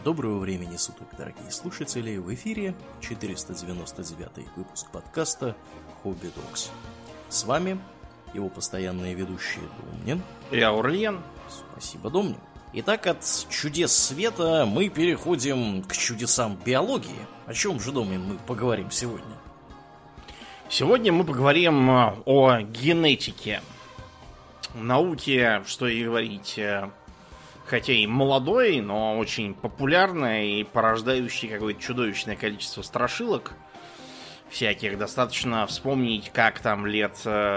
Доброго времени суток, дорогие слушатели! В эфире 499 выпуск подкаста «Хобби Докс». С вами его постоянные ведущие Домнин и Аурлиен. Спасибо, Домнин. Итак, от чудес света мы переходим к чудесам биологии. О чем же, Домнин, мы поговорим сегодня? Сегодня мы поговорим о генетике. Науке, что и говорить, хотя и молодой, но очень популярной и порождающей какое-то чудовищное количество страшилок всяких. Достаточно вспомнить, как там лет,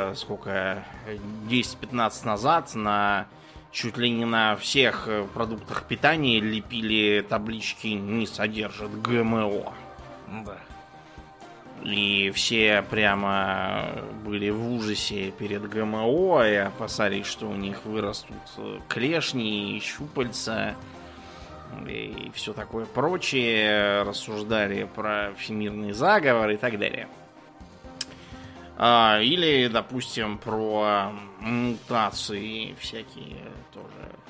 10-15 назад чуть ли не на всех продуктах питания лепили таблички «Не содержит ГМО». Да. И все прямо были в ужасе перед ГМО и опасались, что у них вырастут клешни, щупальца и все такое прочее. Рассуждали про всемирный заговор и так далее. Или, допустим, про мутации всякие тоже.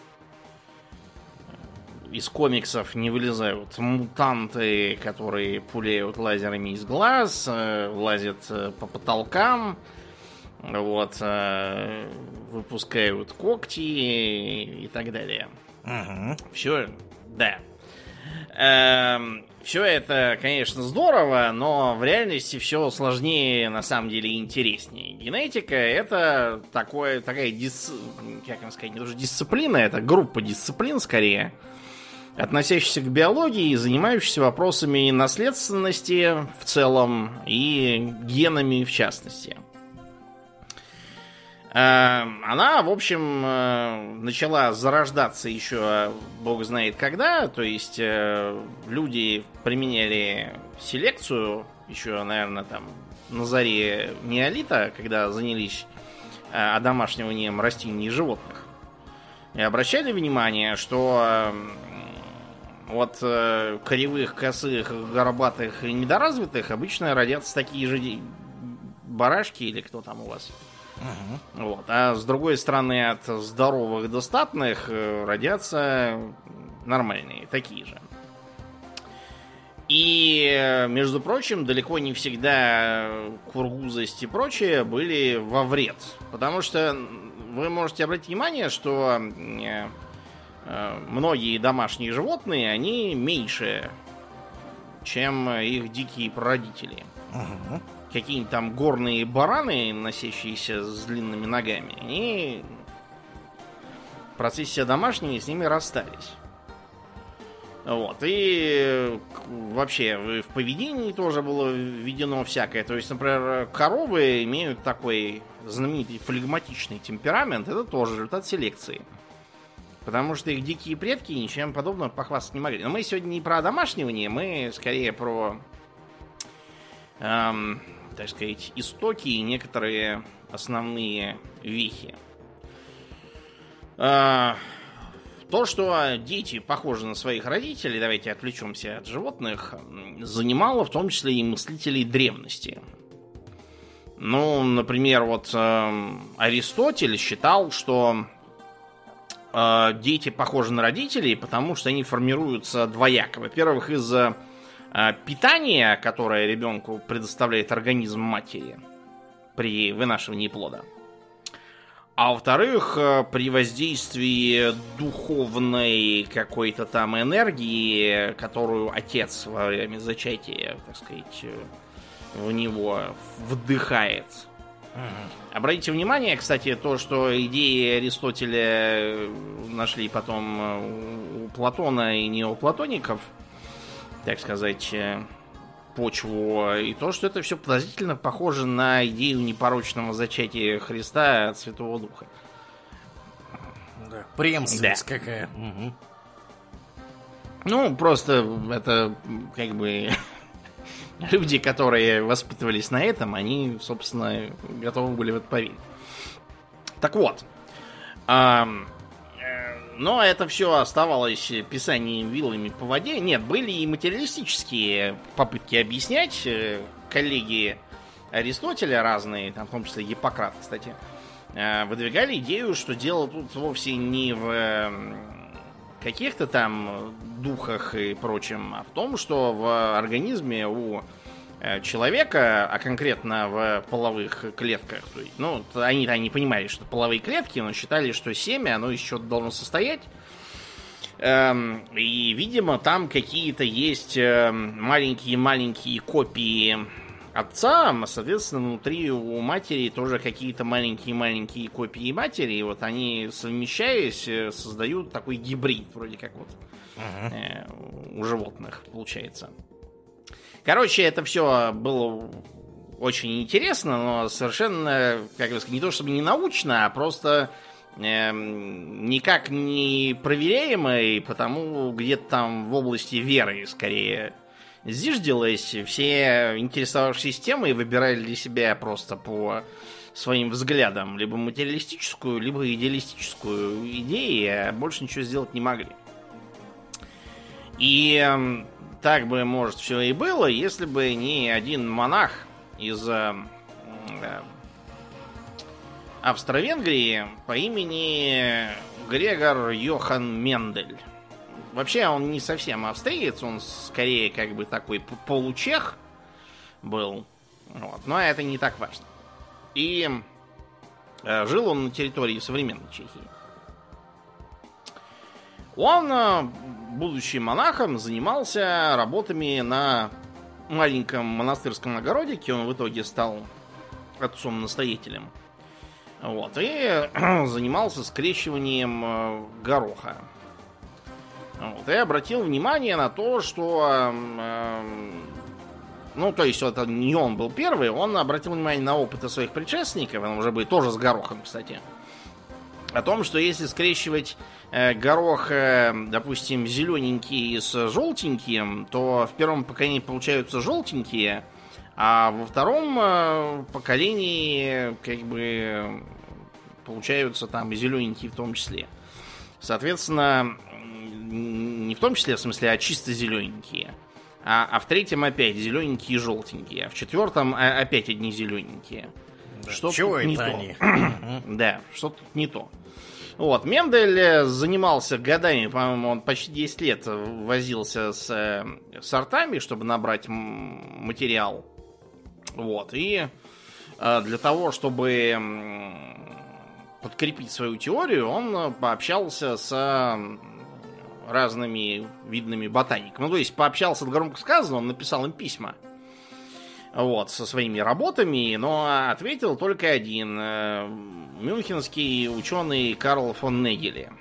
Из комиксов не вылезают мутанты, которые пуляют лазерами из глаз, лазят по потолкам, выпускают когти и так далее. Все, да. Все это, конечно, здорово, но в реальности все сложнее, на самом деле, и интереснее. Генетика — это такая как вам сказать, не тоже дисциплина, это группа дисциплин, скорее, относящихся к биологии и занимающихся вопросами наследственности в целом и генами в частности. Она, в общем, начала зарождаться еще бог знает когда. То есть люди применяли селекцию еще, наверное, там на заре неолита, когда занялись одомашниванием растений и животных. И обращали внимание, что от кривых, косых, горбатых и недоразвитых обычно родятся такие же барашки или кто там у вас. А с другой стороны, от здоровых достатных родятся нормальные, такие же. И, между прочим, далеко не всегда кургузость и прочее были во вред. Потому что вы можете обратить внимание, что многие домашние животные, они меньше, чем их дикие прародители. Какие-нибудь там горные бараны, носящиеся с длинными ногами, они в процессе домашнего с ними расстались. И вообще в поведении тоже было введено всякое. То есть, например, коровы имеют такой знаменитый флегматичный темперамент. Это тоже результат селекции. Потому что их дикие предки ничем подобным похвастать не могли. Но мы сегодня не про одомашнивание, мы скорее про, так сказать, истоки и некоторые основные вехи. То, что дети похожи на своих родителей, давайте отвлечемся от животных, занимало в том числе и мыслителей древности. Например, Аристотель считал, что дети похожи на родителей, потому что они формируются двояко. Во-первых, из питания, которое ребенку предоставляет организм матери при вынашивании плода. А во-вторых, при воздействии духовной какой-то там энергии, которую отец во время зачатия, так сказать, в него вдыхает. Обратите внимание, кстати, то, что идеи Аристотеля нашли потом у Платона и неоплатоников, так сказать, почву, и то, что это все подозрительно похоже на идею непорочного зачатия Христа от Святого Духа. Да, преемственность какая. Просто это как бы люди, которые воспитывались на этом, они, собственно, готовы были в это поверить. Так вот. Но это все оставалось писанием вилами по воде. Нет, были и материалистические попытки объяснять. Коллеги Аристотеля разные, там, в том числе Гиппократ, кстати, выдвигали идею, что дело тут вовсе не в каких-то там духах и прочем, а в том, что в организме у человека, а конкретно в половых клетках, то есть, ну, они-то не понимали, что половые клетки, но считали, что семя, оно из чего-то должно состоять. И, видимо, там какие-то есть маленькие-маленькие копии отца, а, соответственно, внутри у матери тоже какие-то маленькие-маленькие копии матери, и вот они, совмещаясь, создают такой гибрид, вроде как вот у животных, получается. Короче, это все было очень интересно, но совершенно, как бы сказать, не то чтобы не научно, а просто никак не проверяемо, и потому где-то там в области веры скорее зиждилось. Все интересовавшиеся темой выбирали для себя просто по своим взглядам либо материалистическую, либо идеалистическую идею, а больше ничего сделать не могли. И так бы, может, все и было, если бы не один монах из Австро-Венгрии по имени Грегор Йохан Мендель. Вообще он не совсем австриец, он скорее как бы такой получех был. Вот, но это не так важно. И жил он на территории современной Чехии. Он, будучи монахом, занимался работами на маленьком монастырском огородике. Он в итоге стал отцом-настоятелем. Вот, и занимался скрещиванием гороха. Вот, и обратил внимание на то, что... ну, то есть, это не он был первый, он обратил внимание на опыты своих предшественников, он уже был тоже с горохом, кстати. О том, что если скрещивать горох, допустим, зелененький с желтеньким, то в первом поколении получаются желтенькие, а во втором поколении как бы получаются там и зелененькие в том числе. Соответственно, не в том числе, в смысле, а чисто зелененькие. А в третьем опять зелененькие и желтенькие. А в четвертом опять одни зелененькие. Да, что чего тут не это то? они? Да, что тут не то. Вот, Мендель занимался годами, по-моему, он почти 10 лет возился с сортами, чтобы набрать материал. Вот, и для того, чтобы подкрепить свою теорию, он пообщался с разными видными ботаниками. Ну, то есть, пообщался, громко сказано, он написал им письма. Вот, со своими работами, но ответил только один. Мюнхенский ученый Карл фон Негели.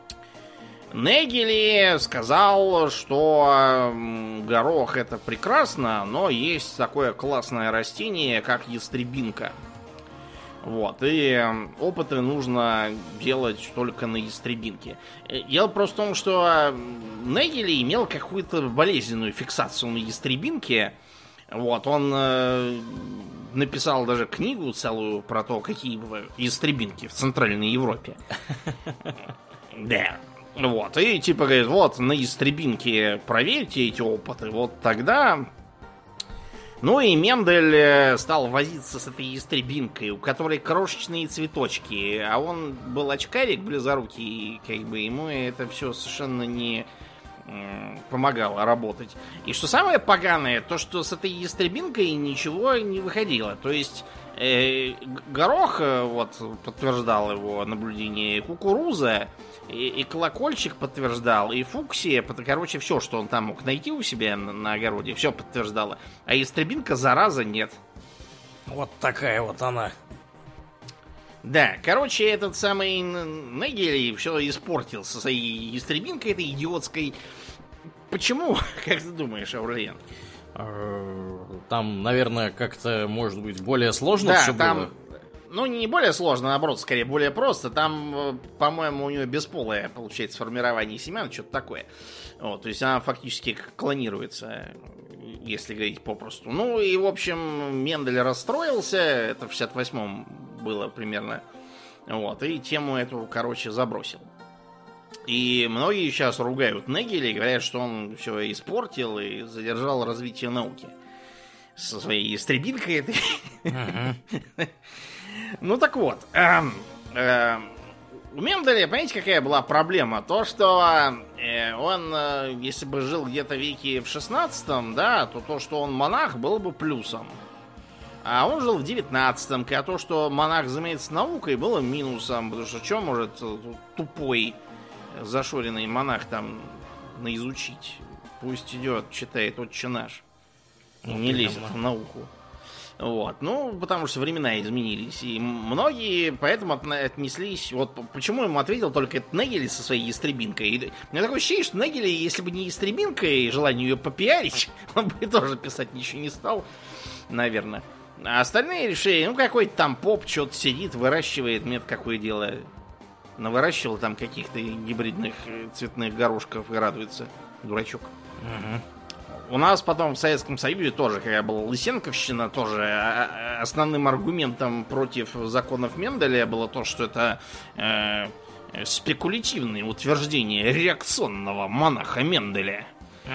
Негели сказал, что горох это прекрасно, но есть такое классное растение, как ястребинка. Вот, и опыты нужно делать только на ястребинке. Дело просто в том, что Негели имел какую-то болезненную фиксацию на ястребинке. Вот, он написал даже книгу целую про то, какие бывают ястребинки в Центральной Европе. Да. Вот, и типа говорит, вот, на ястребинке проверьте эти опыты, вот тогда... Ну и Мендель стал возиться с этой ястребинкой, у которой крошечные цветочки, а он был очкарик близорукий, и как бы ему это все совершенно не помогало работать. И что самое поганое, то что с этой ястребинкой ничего не выходило. То есть горох, вот подтверждал его наблюдение, кукуруза, и колокольчик подтверждал, и фуксия, короче, все, что он там мог найти у себя на огороде, все подтверждало. А ястребинка, зараза, нет. Вот такая вот она. Да, короче, этот самый Негель все испортил со своей ястребинкой этой идиотской. Почему? Как ты думаешь, Аурлиен? Там, наверное, как-то, может быть, более сложно да, все там, было. Ну, не более сложно, наоборот, скорее более просто. Там, по-моему, у нее бесполое получается формирование семян, что-то такое. Вот, то есть она фактически клонируется, если говорить попросту. Ну и, в общем, Мендель расстроился, это в 68-м было примерно. Вот, и тему эту, короче, забросил. И многие сейчас ругают Негеля и говорят, что он все испортил и задержал развитие науки. Со своей ястребинкой этой. Ну так вот. у Менделя, понимаете, какая была проблема? То, что он, если бы жил где-то в веке в 16-м, да, то, что он монах, было бы плюсом. А он жил в 19-м, а то, что монах занимается наукой, было минусом. Потому что что может тупой зашоренный монах там наизучить? Пусть идет, читает «Отче наш». И не лезет в науку. Вот. Ну, потому что времена изменились. И многие поэтому отнеслись... Вот почему ему ответил только этот Негель со своей ястребинкой. И у меня такое ощущение, что Негель, если бы не ястребинка и желание ее попиарить, он бы тоже писать ничего не стал, наверное. А остальные решили, ну, какой-то там поп что-то сидит, выращивает. Мне-то какое дело. Навыращивал там каких-то гибридных цветных горошков и радуется. Дурачок. У нас потом в Советском Союзе тоже, когда была Лысенковщина, тоже основным аргументом против законов Менделя было то, что это спекулятивные утверждения реакционного монаха Менделя.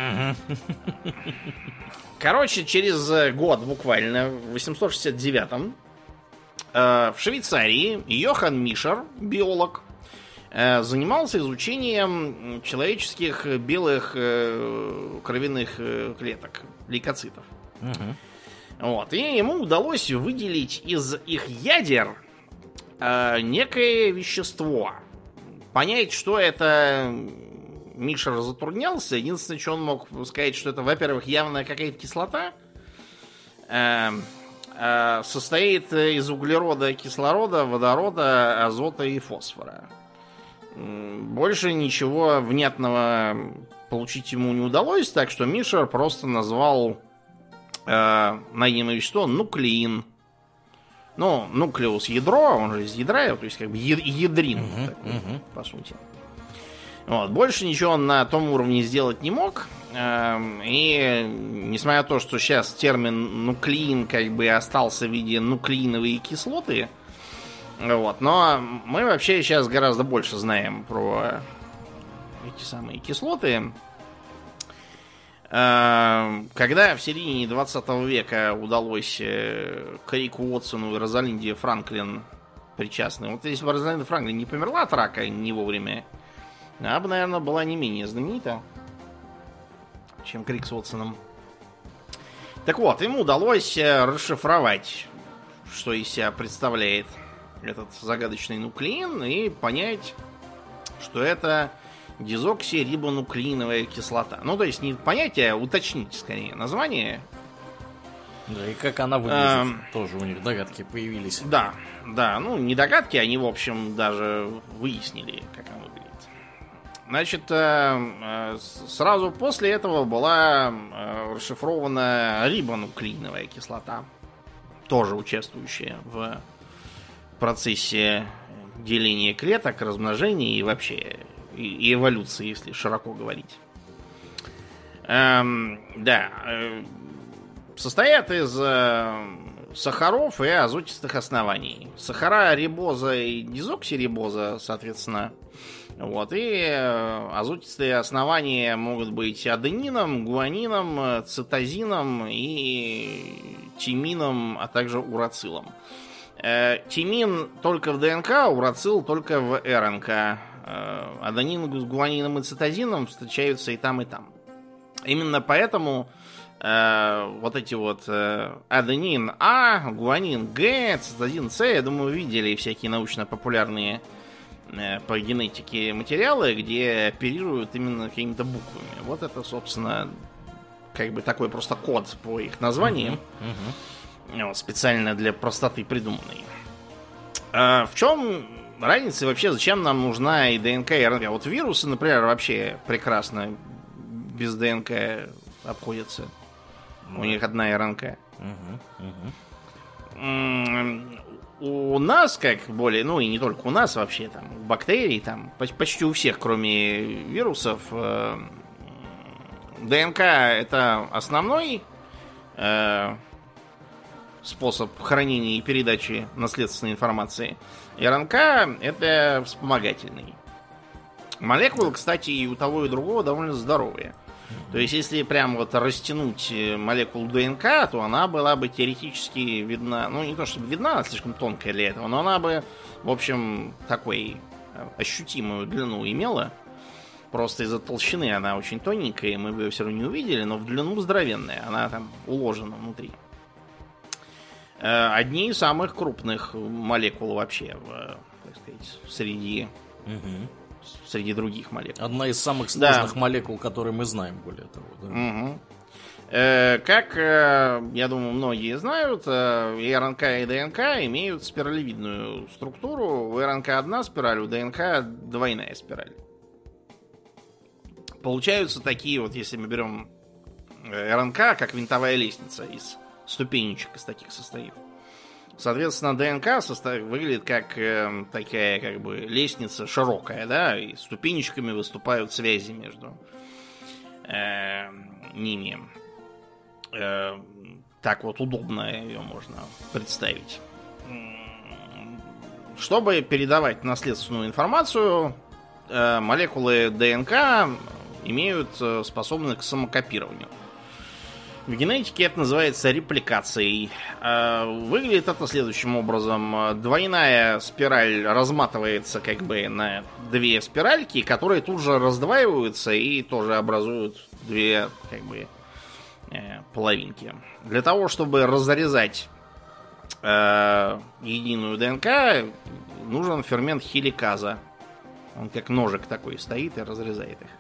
Короче, через год буквально, в 869-м, в Швейцарии Йохан Мишер, биолог, занимался изучением человеческих белых кровяных клеток, лейкоцитов. Вот. И ему удалось выделить из их ядер некое вещество. Понять, что это, Мишер затруднялся. Единственное, что он мог сказать, что это, во-первых, явно какая-то кислота. Состоит из углерода, кислорода, водорода, азота и фосфора. Больше ничего внятного получить ему не удалось, так что Мишер просто назвал найденное вещество нуклеин. Ну, нуклеус ядро, он же из ядра, то есть как бы ядрин, такой, по сути. Вот. Больше ничего он на том уровне сделать не мог. И несмотря на то, что сейчас термин нуклеин как бы остался в виде нуклеиновые кислоты, вот, но мы вообще сейчас гораздо больше знаем про эти самые кислоты. Когда в середине 20 века удалось Крику Уотсону и Розалинде Франклин причастны. Вот если бы Розалинда Франклин не померла от рака не вовремя, она бы, наверное, была не менее знаменита, чем Крик с Уотсоном. Так вот, ему удалось расшифровать, что из себя представляет этот загадочный нуклеин, и понять, что это дезоксирибонуклеиновая кислота. Ну, то есть не понять, а уточнить, скорее, название. Да, и как она выглядит, тоже у них догадки появились. Да, ну, не догадки, они, в общем, даже выяснили, как она выглядит. Значит, сразу после этого была расшифрована рибонуклеиновая кислота, тоже участвующая в процессе деления клеток, размножения и вообще и эволюции, если широко говорить. Состоят из сахаров и азотистых оснований. Сахара, рибоза и дезоксирибоза, соответственно. Вот. И азотистые основания могут быть аденином, гуанином, цитозином и тимином, а также урацилом. Тимин только в ДНК, урацил только в РНК. Аденин с гуанином и цитозином встречаются и там, и там. Именно поэтому вот эти вот аденин А, гуанин Г, цитозин С, я думаю, видели всякие научно-популярные по генетике материалы, где оперируют именно какими-то буквами. Вот это, собственно, как бы такой просто код по их названиям. Вот, специально для простоты придуманный. В чем разница вообще, зачем нам нужна и ДНК, и РНК? Вот вирусы, например, вообще прекрасно без ДНК обходятся. У них одна РНК. У нас, как более, ну и не только у нас вообще, там, бактерий, там, почти у всех, кроме вирусов, ДНК это основной способ хранения и передачи наследственной информации. РНК это вспомогательный. Молекулы, кстати, и у того, и у другого довольно здоровые. То есть, если прям вот растянуть молекулу ДНК, то она была бы теоретически видна, ну не то чтобы видна, она слишком тонкая для этого, но она бы, в общем, такой ощутимую длину имела. Просто из-за толщины она очень тоненькая, и мы бы ее все равно не увидели, но в длину здоровенная. Она там уложена внутри. Одни из самых крупных молекул вообще, так сказать, среди других молекул. Одна из самых сложных молекул, которые мы знаем, более того. Да. Как, я думаю, многие знают, и РНК, и ДНК имеют спиралевидную структуру. У РНК одна спираль, у ДНК двойная спираль. Получаются такие вот, если мы берем РНК, как винтовая лестница из ступенечек из таких состоит. Соответственно, ДНК выглядит как такая как бы лестница широкая, да, и ступенечками выступают связи между ними. Так вот удобно ее можно представить. Чтобы передавать наследственную информацию, молекулы ДНК имеют способность к самокопированию. В генетике это называется репликацией. Выглядит это следующим образом. Двойная спираль разматывается как бы на две спиральки, которые тут же раздваиваются и тоже образуют две как бы половинки. Для того, чтобы разрезать единую ДНК, нужен фермент хеликаза. Он как ножик такой стоит и разрезает их.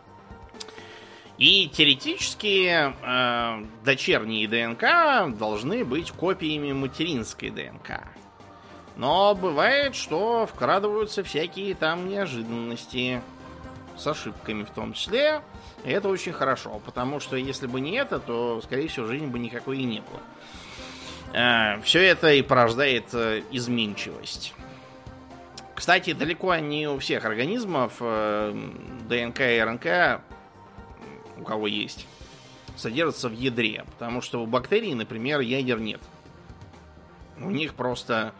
И теоретически дочерние ДНК должны быть копиями материнской ДНК. Но бывает, что вкрадываются всякие там неожиданности, с ошибками в том числе. И это очень хорошо, потому что если бы не это, то, скорее всего, жизни бы никакой и не было. Все это и порождает изменчивость. Кстати, далеко не у всех организмов ДНК и РНК, у кого есть, содержатся в ядре. Потому что у бактерий, например, ядер нет. У них просто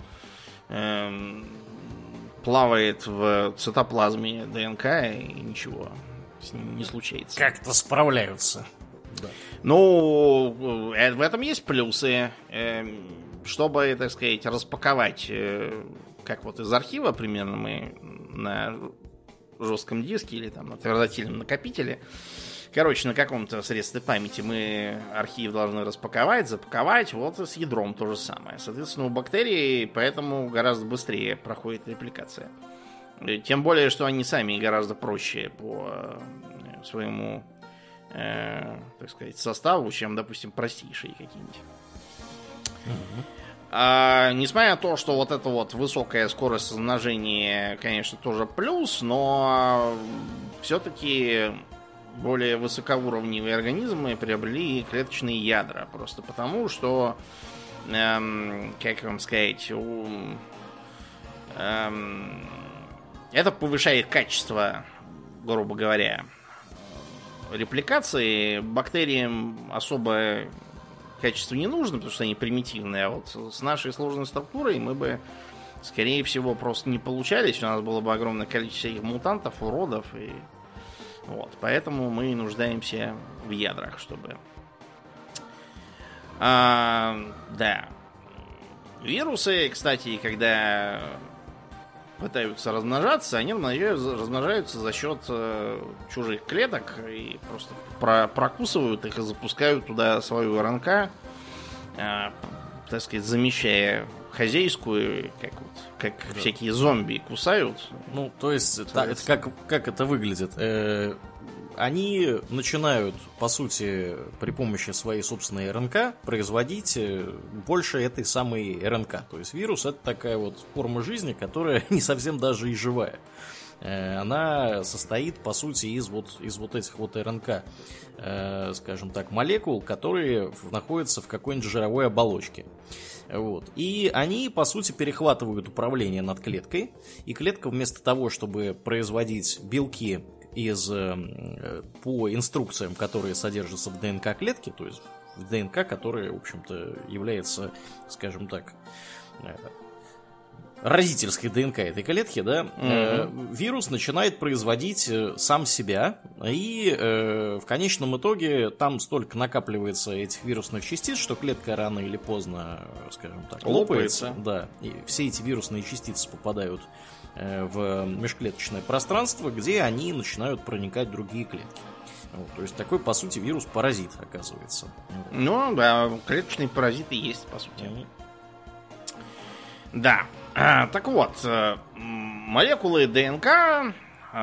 плавает в цитоплазме ДНК и ничего с ним не случается. Как-то справляются. Да. Ну, в этом есть плюсы. Чтобы, так сказать, распаковать, как вот из архива примерно мы на жестком диске или там на твердотельном накопителе, короче, на каком-то средстве памяти мы архив должны распаковать, запаковать. Вот и с ядром то же самое. Соответственно, у бактерий поэтому гораздо быстрее проходит репликация. Тем более, что они сами гораздо проще по своему, так сказать, составу, чем, допустим, простейшие какие-нибудь. Несмотря на то, что вот эта вот высокая скорость размножения, конечно, тоже плюс, но все-таки более высокоуровневые организмы приобрели клеточные ядра. Просто потому, что, как вам сказать, это повышает качество, грубо говоря, репликации. Бактериям особо качество не нужно, потому что они примитивные. А вот с нашей сложной структурой мы бы, скорее всего, просто не получались. У нас было бы огромное количество их мутантов, уродов. И вот. Поэтому мы нуждаемся в ядрах, чтобы... Да. Вирусы, кстати, когда пытаются размножаться, они размножаются за счет чужих клеток и просто прокусывают их и запускают туда свою РНК, так сказать, замещая хозяйскую, как всякие зомби кусают. Ну, то есть, это как это выглядит? Они начинают, по сути, при помощи своей собственной РНК производить больше этой самой РНК. То есть вирус — это такая вот форма жизни, которая не совсем даже и живая. Она состоит, по сути, из вот этих вот РНК, скажем так, молекул, которые находятся в какой-нибудь жировой оболочке. Вот. И они, по сути, перехватывают управление над клеткой. И клетка вместо того, чтобы производить белки по инструкциям, которые содержатся в ДНК клетки, то есть в ДНК, которая, в общем-то, является, скажем так, родительской ДНК этой клетки, да, вирус начинает производить сам себя, и в конечном итоге там столько накапливается этих вирусных частиц, что клетка рано или поздно, скажем так, лопается. Да, и все эти вирусные частицы попадают в межклеточное пространство, где они начинают проникать в другие клетки. Вот, то есть такой, по сути, вирус-паразит, оказывается. Ну, да, клеточные паразиты есть, по сути. Да. Так вот, молекулы ДНК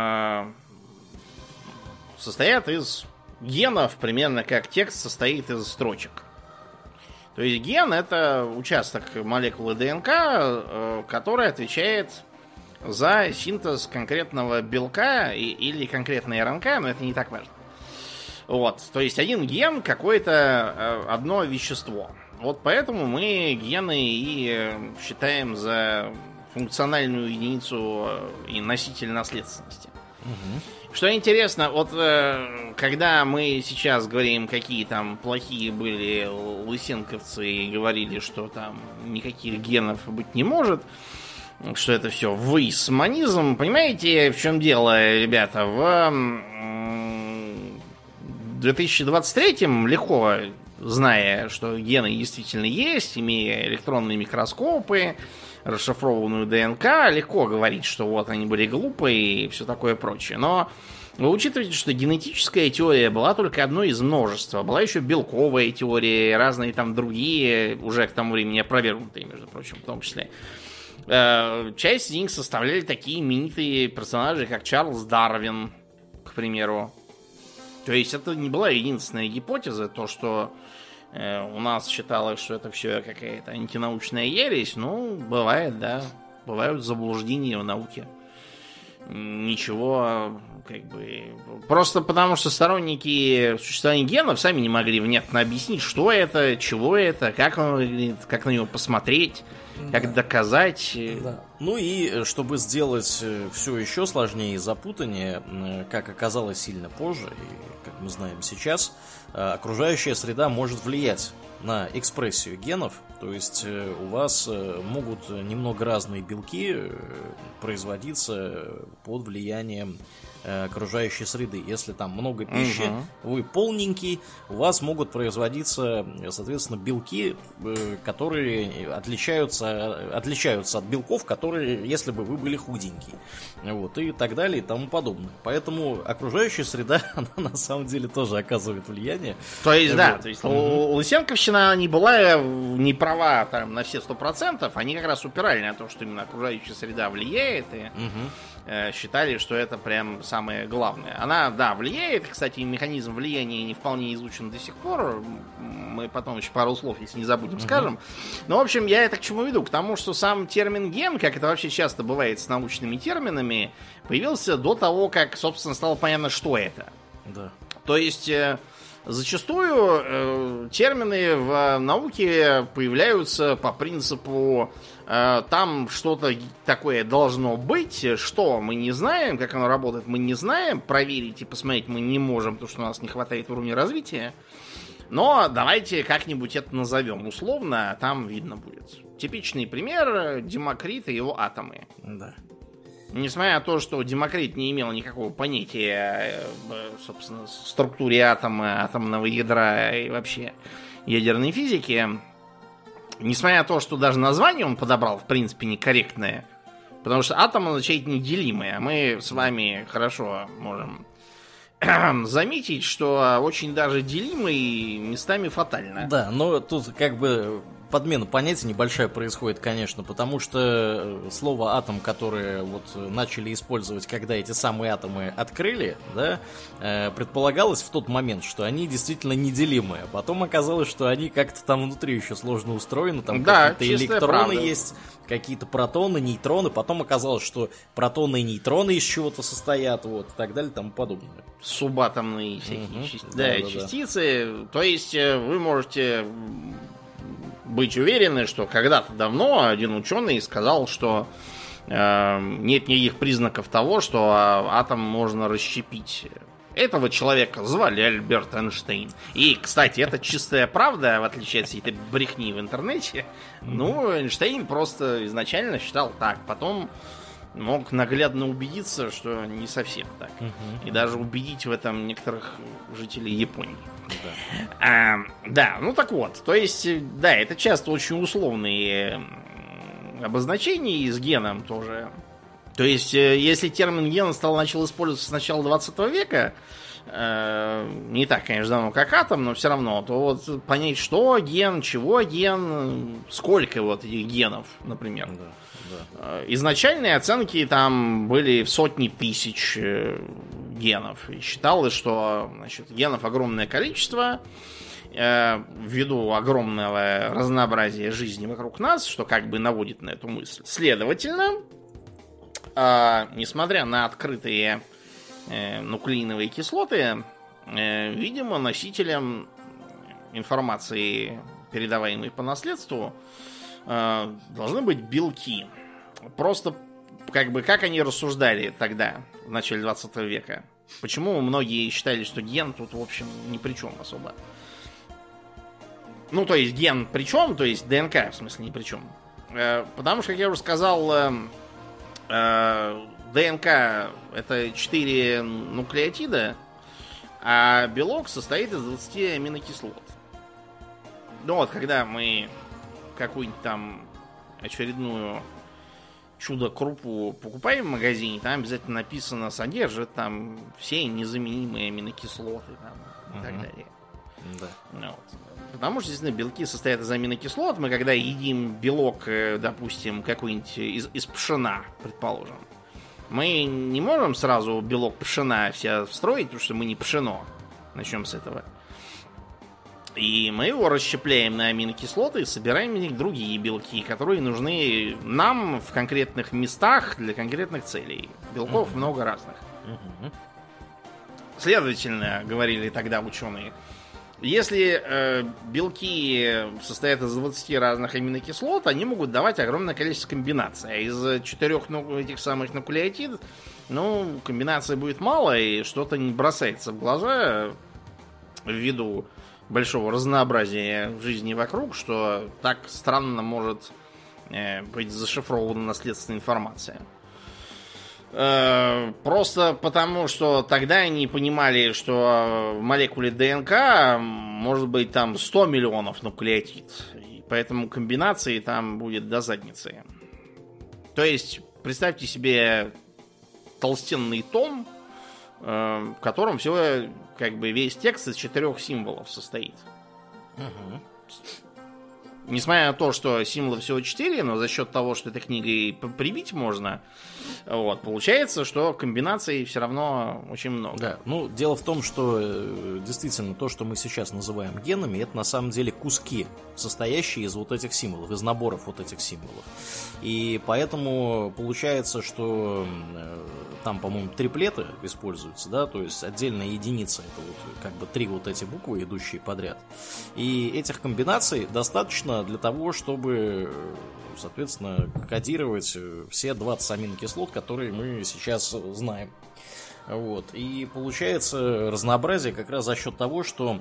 состоят из генов, примерно как текст состоит из строчек. То есть ген — это участок молекулы ДНК, который отвечает за синтез конкретного белка или конкретной РНК, но это не так важно. Вот, то есть один ген — какое-то одно вещество. Вот поэтому мы гены и считаем за функциональную единицу и носитель наследственности. Что интересно, вот когда мы сейчас говорим, какие там плохие были лысенковцы и говорили, что там никаких генов быть не может, что это все вейсманизм, понимаете, в чем дело, ребята? В 2023-м легко, зная, что гены действительно есть, имея электронные микроскопы, расшифрованную ДНК, легко говорить, что вот они были глупые и все такое прочее. Но вы учитываете, что генетическая теория была только одной из множества. Была еще белковая теория, разные там другие, уже к тому времени опровергнутые, между прочим, в том числе. Часть из них составляли такие именитые персонажи, как Чарльз Дарвин, к примеру. То есть это не была единственная гипотеза, то, что у нас считалось, что это все какая-то антинаучная ересь. Ну, бывает, да. Бывают заблуждения в науке. Ничего, как бы... Просто потому, что сторонники существования генов сами не могли внятно объяснить, что это, чего это, как оно выглядит, как на него посмотреть, как доказать. Да. Ну и чтобы сделать все еще сложнее и запутаннее, как оказалось сильно позже, и как мы знаем сейчас, окружающая среда может влиять на экспрессию генов. То есть у вас могут немного разные белки производиться под влиянием окружающей среды. Если там много пищи, вы полненький, у вас могут производиться, соответственно, белки, которые отличаются от белков, которые, если бы вы были худенький. Вот, и так далее, и тому подобное. Поэтому окружающая среда, она на самом деле тоже оказывает влияние. То есть, вот. Да, то есть Лысенковщина не была не права там на все 100%, они как раз упирали на то, что именно окружающая среда влияет, и считали, что это прям самое главное. Она, да, влияет. Кстати, механизм влияния не вполне изучен до сих пор. Мы потом еще пару слов, если не забудем, скажем. Но, в общем, я это к чему веду? К тому, что сам термин ген, как это вообще часто бывает с научными терминами, появился до того, как, собственно, стало понятно, что это. Да. То есть... Зачастую термины в науке появляются по принципу там что-то такое должно быть, что мы не знаем, как оно работает, мы не знаем, проверить и посмотреть мы не можем, потому что у нас не хватает уровня развития. Но давайте как-нибудь это назовем условно, там видно будет. Типичный пример — Демокрит и его атомы. Да. Несмотря на то, что Демокрит не имел никакого понятия, собственно, о структуре атома, атомного ядра и вообще ядерной физики, несмотря на то, что даже название он подобрал, в принципе, некорректное, потому что атом означает неделимое. Мы с вами хорошо можем заметить, что очень даже делимый местами фатально. Да, но тут как бы... Подмена понятий небольшая происходит, конечно, потому что слово атом, которое вот начали использовать, когда эти самые атомы открыли, да, предполагалось в тот момент, что они действительно неделимые. Потом оказалось, что они как-то там внутри еще сложно устроены, там да, какие-то электроны есть, какие-то протоны, нейтроны. Потом оказалось, что протоны и нейтроны из чего-то состоят, вот, и так далее, и тому подобное. Субатомные всякие частицы. Да. То есть вы можете... быть уверены, что когда-то давно один ученый сказал, что нет никаких признаков того, что атом можно расщепить. этого человека звали Альберт Эйнштейн. И, кстати, это чистая правда, в отличие от всей этой брехни в интернете. Ну, Эйнштейн просто изначально считал так. Потом мог наглядно убедиться, что не совсем так. И даже убедить в этом некоторых жителей Японии. Да, ну так вот. То есть, да, это часто очень условные обозначения, и с геном тоже. То есть, если термин ген начал использоваться с начала 20 века, не так, конечно, давно, как атом, но все равно, то вот понять, что ген, чего ген, сколько вот этих генов, например. Да. Изначальные оценки там были в сотни тысяч генов. И считалось, что, значит, генов огромное количество, ввиду огромного разнообразия жизни вокруг нас, что как бы наводит на эту мысль. Следовательно, несмотря на открытые нуклеиновые кислоты, видимо, носителем информации, передаваемой по наследству, должны быть белки. Просто как они рассуждали тогда, в начале 20 века. Почему многие считали, что ген тут, в общем, ни при чем особо. Ну, то есть ген при чем, то есть ДНК, в смысле, ни при чем. Потому что, как я уже сказал, ДНК это 4 нуклеотида, а белок состоит из 20 аминокислот. Ну вот, когда мы какую-нибудь там очередную чудо-крупу покупаем в магазине, там обязательно написано, содержит там все незаменимые аминокислоты там, и так далее. Да. Вот. Потому что, естественно, белки состоят из аминокислот. Мы когда едим белок, допустим, какой-нибудь из пшена, предположим, мы не можем сразу белок пшена все встроить, потому что мы не пшено. Начнем с этого. И мы его расщепляем на аминокислоты и собираем из них другие белки, которые нужны нам в конкретных местах для конкретных целей. Белков много разных. Следовательно, говорили тогда ученые, если белки состоят из 20 разных аминокислот, они могут давать огромное количество комбинаций. А из 4 этих самых нуклеотид, ну, комбинаций будет мало, и что-то не бросается в глаза ввиду большого разнообразия в жизни вокруг, что так странно может быть зашифрована наследственная информация. Просто потому, что тогда они понимали, что в молекуле ДНК может быть там 100 миллионов нуклеотид. И поэтому комбинации там будет до задницы. То есть, представьте себе толстенный том, в котором всего как бы весь текст из 4 символов состоит. Несмотря на то, что символов всего 4, но за счет того, что этой книгой прибить можно, вот, получается, что комбинаций все равно очень много. Да, ну, дело в том, что действительно то, что мы сейчас называем генами, это на самом деле куски, состоящие из вот этих символов, из наборов вот этих символов. И поэтому получается, что там, по-моему, триплеты используются, да, то есть отдельная единица, это вот как бы 3 вот эти буквы, идущие подряд. И этих комбинаций достаточно для того, чтобы, соответственно, кодировать все 20 аминокислот, которые мы сейчас знаем. Вот. И получается разнообразие как раз за счет того, что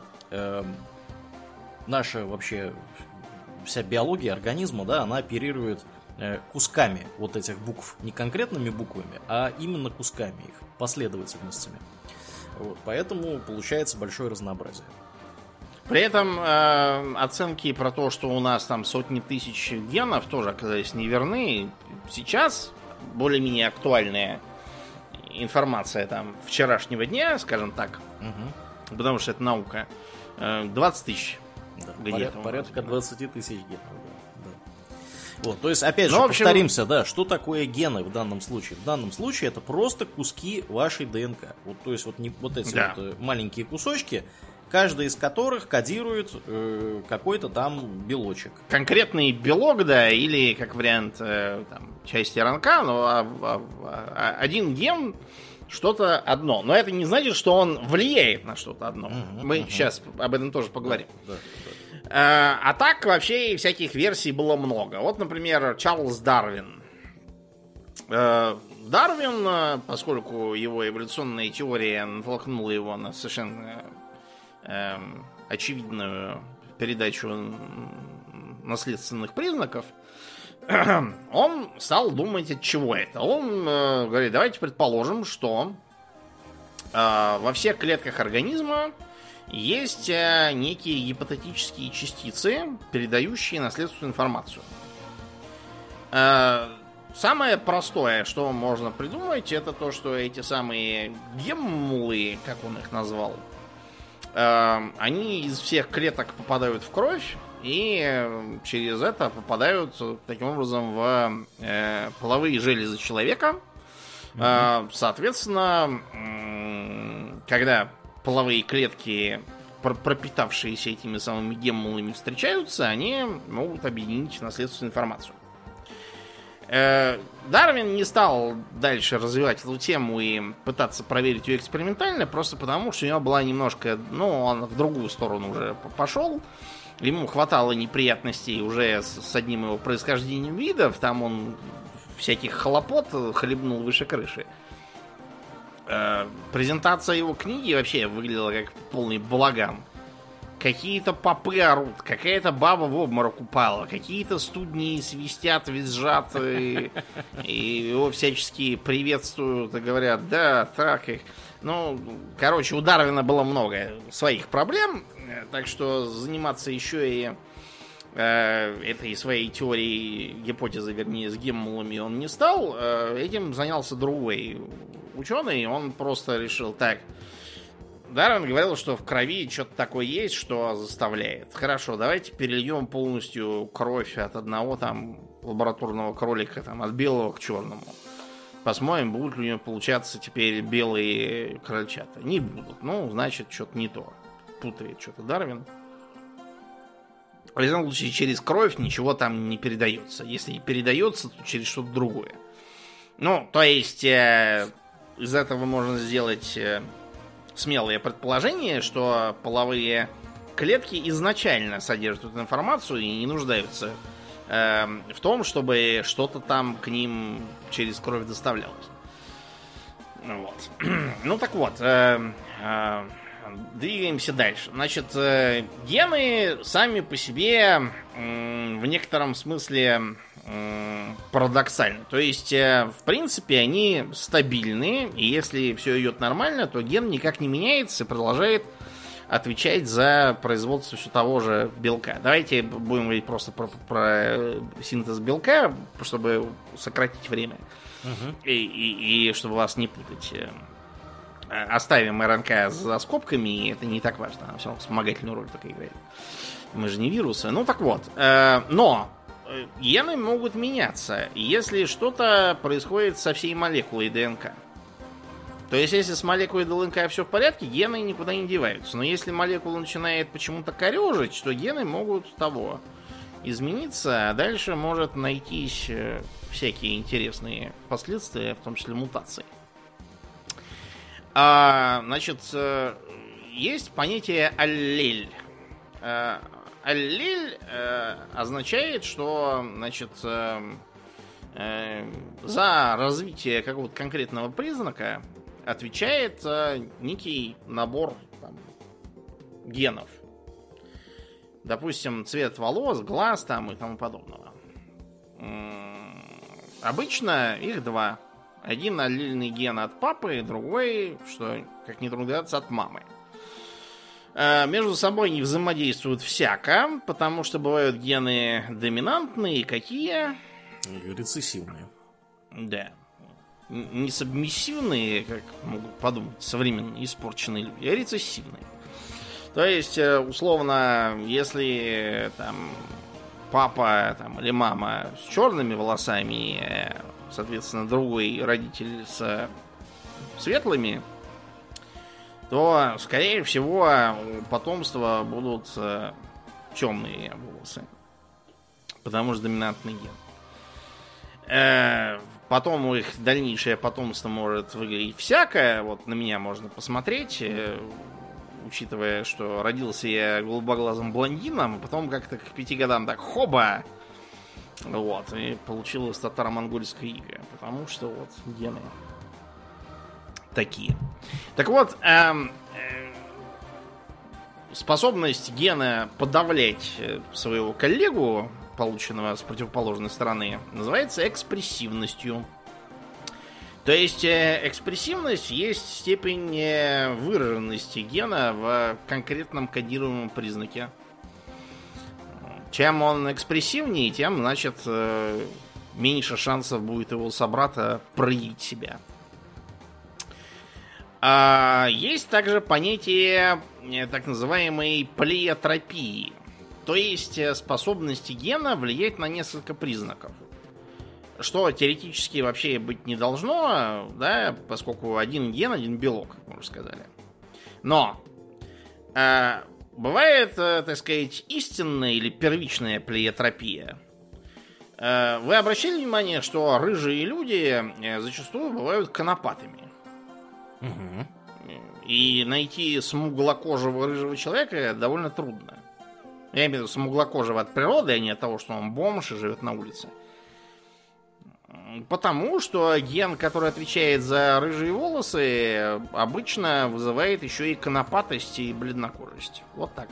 наша вообще вся биология организма, да, она оперирует кусками вот этих букв, не конкретными буквами, а именно кусками их, последовательностями. Вот. Поэтому получается большое разнообразие. При этом оценки про то, что у нас там сотни тысяч генов, тоже оказались неверны. Сейчас более-менее актуальная информация там вчерашнего дня, скажем так, потому что это наука, 20 тысяч. Да, порядка 20 тысяч генов. Вот, то есть, опять же, повторимся, да, что такое гены в данном случае? В данном случае это просто куски вашей ДНК. Вот, то есть, вот, вот эти вот маленькие кусочки, каждый из которых кодирует какой-то там белочек. Конкретный белок, да, или, как вариант, там, части РНК, но один ген что-то одно. Но это не значит, что он влияет на что-то одно. Мы сейчас об этом тоже поговорим. Да. А так, вообще, всяких версий было много. Вот, например, Чарльз Дарвин. Дарвин, поскольку его эволюционная теория натолкнула его на совершенно очевидную передачу наследственных признаков, он стал думать, от чего это. Он говорит, давайте предположим, что во всех клетках организма есть некие гипотетические частицы, передающие наследственную информацию. Самое простое, что можно придумать, это то, что эти самые геммулы, как он их назвал, они из всех клеток попадают в кровь и через это попадают таким образом в половые железы человека. Соответственно, когда половые клетки, пропитавшиеся этими самыми геммулами, встречаются, они могут объединить наследственную информацию. Дарвин не стал дальше развивать эту тему и пытаться проверить ее экспериментально, просто потому, что у него была немножко... он в другую сторону уже пошел. Ему хватало неприятностей уже с одним его происхождением видов. Там он всяких хлопот хлебнул выше крыши. Презентация его книги вообще выглядела как полный балаган. Какие-то попы орут, какая-то баба в обморок упала, какие-то студни свистят, визжат, и его всячески приветствуют и говорят, да, так их. У Дарвина было много своих проблем, так что заниматься еще и этой своей теорией, гипотезой, вернее, с геммулами он не стал. Этим занялся другой ученый, он просто решил, так... Дарвин говорил, что в крови что-то такое есть, что заставляет. Хорошо, давайте перельем полностью кровь от одного там лабораторного кролика, там, от белого к черному. Посмотрим, будут ли у него получаться теперь белые крольчата. Не будут. Значит, что-то не то. Путает что-то Дарвин. В любом случае, через кровь ничего там не передается. Если не передается, то через что-то другое. То есть, из этого можно сделать... смелое предположение, что половые клетки изначально содержат эту информацию и не нуждаются в том, чтобы что-то там к ним через кровь доставлялось. Так вот, двигаемся дальше. Значит, гены сами по себе в некотором смысле парадоксальны. То есть, в принципе, они стабильны, и если все идет нормально, то ген никак не меняется и продолжает отвечать за производство все того же белка. Давайте будем говорить просто про синтез белка, чтобы сократить время. И чтобы вас не путать. Оставим РНК за скобками, и это не так важно. Она все равно вспомогательную роль только играет. Мы же не вирусы. Но гены могут меняться, если что-то происходит со всей молекулой ДНК. То есть, если с молекулой ДНК все в порядке, гены никуда не деваются. Но если молекула начинает почему-то корежить, то гены могут измениться, а дальше может найтись всякие интересные последствия, в том числе мутации. Есть понятие аллель. Аллель означает, что, за развитие какого-то конкретного признака отвечает некий набор генов. Допустим, цвет волос, глаз и тому подобного. Обычно их два. Один аллельный ген от папы, другой, что, как ни трудно догадаться, от мамы. Между собой они взаимодействуют всяко, потому что бывают гены доминантные, какие? Рецессивные. Да. Не сабмиссивные, как могут подумать современные испорченные люди, а рецессивные. То есть, условно, если папа или мама с черными волосами, соответственно, другой родитель с светлыми, то, скорее всего, у потомства будут темные волосы. Потому что доминантный ген. Потом их дальнейшее потомство может выглядеть всякое. Вот на меня можно посмотреть, учитывая, что родился я голубоглазым блондином, а потом как-то к 5 годам хоба! Вот, и получилось татаро-монгольское иго. Потому что вот гены такие. Так вот, способность гена подавлять своего коллегу, полученного с противоположной стороны, называется экспрессивностью. То есть экспрессивность есть степень выраженности гена в конкретном кодируемом признаке. Чем он экспрессивнее, тем, значит, меньше шансов будет его собрата проявить себя. Есть также понятие так называемой плеотропии. То есть способности гена влиять на несколько признаков. Что теоретически вообще быть не должно, да, поскольку один ген, один белок, как мы уже сказали. Но бывает, так сказать, истинная или первичная плеотропия. Вы обращали внимание, что рыжие люди зачастую бывают конопатыми? Угу. И найти смуглокожего рыжего человека довольно трудно. Я имею в виду смуглокожего от природы, а не от того, что он бомж и живет на улице. Потому что ген, который отвечает за рыжие волосы, обычно вызывает еще и конопатость и бледнокожесть. Вот так.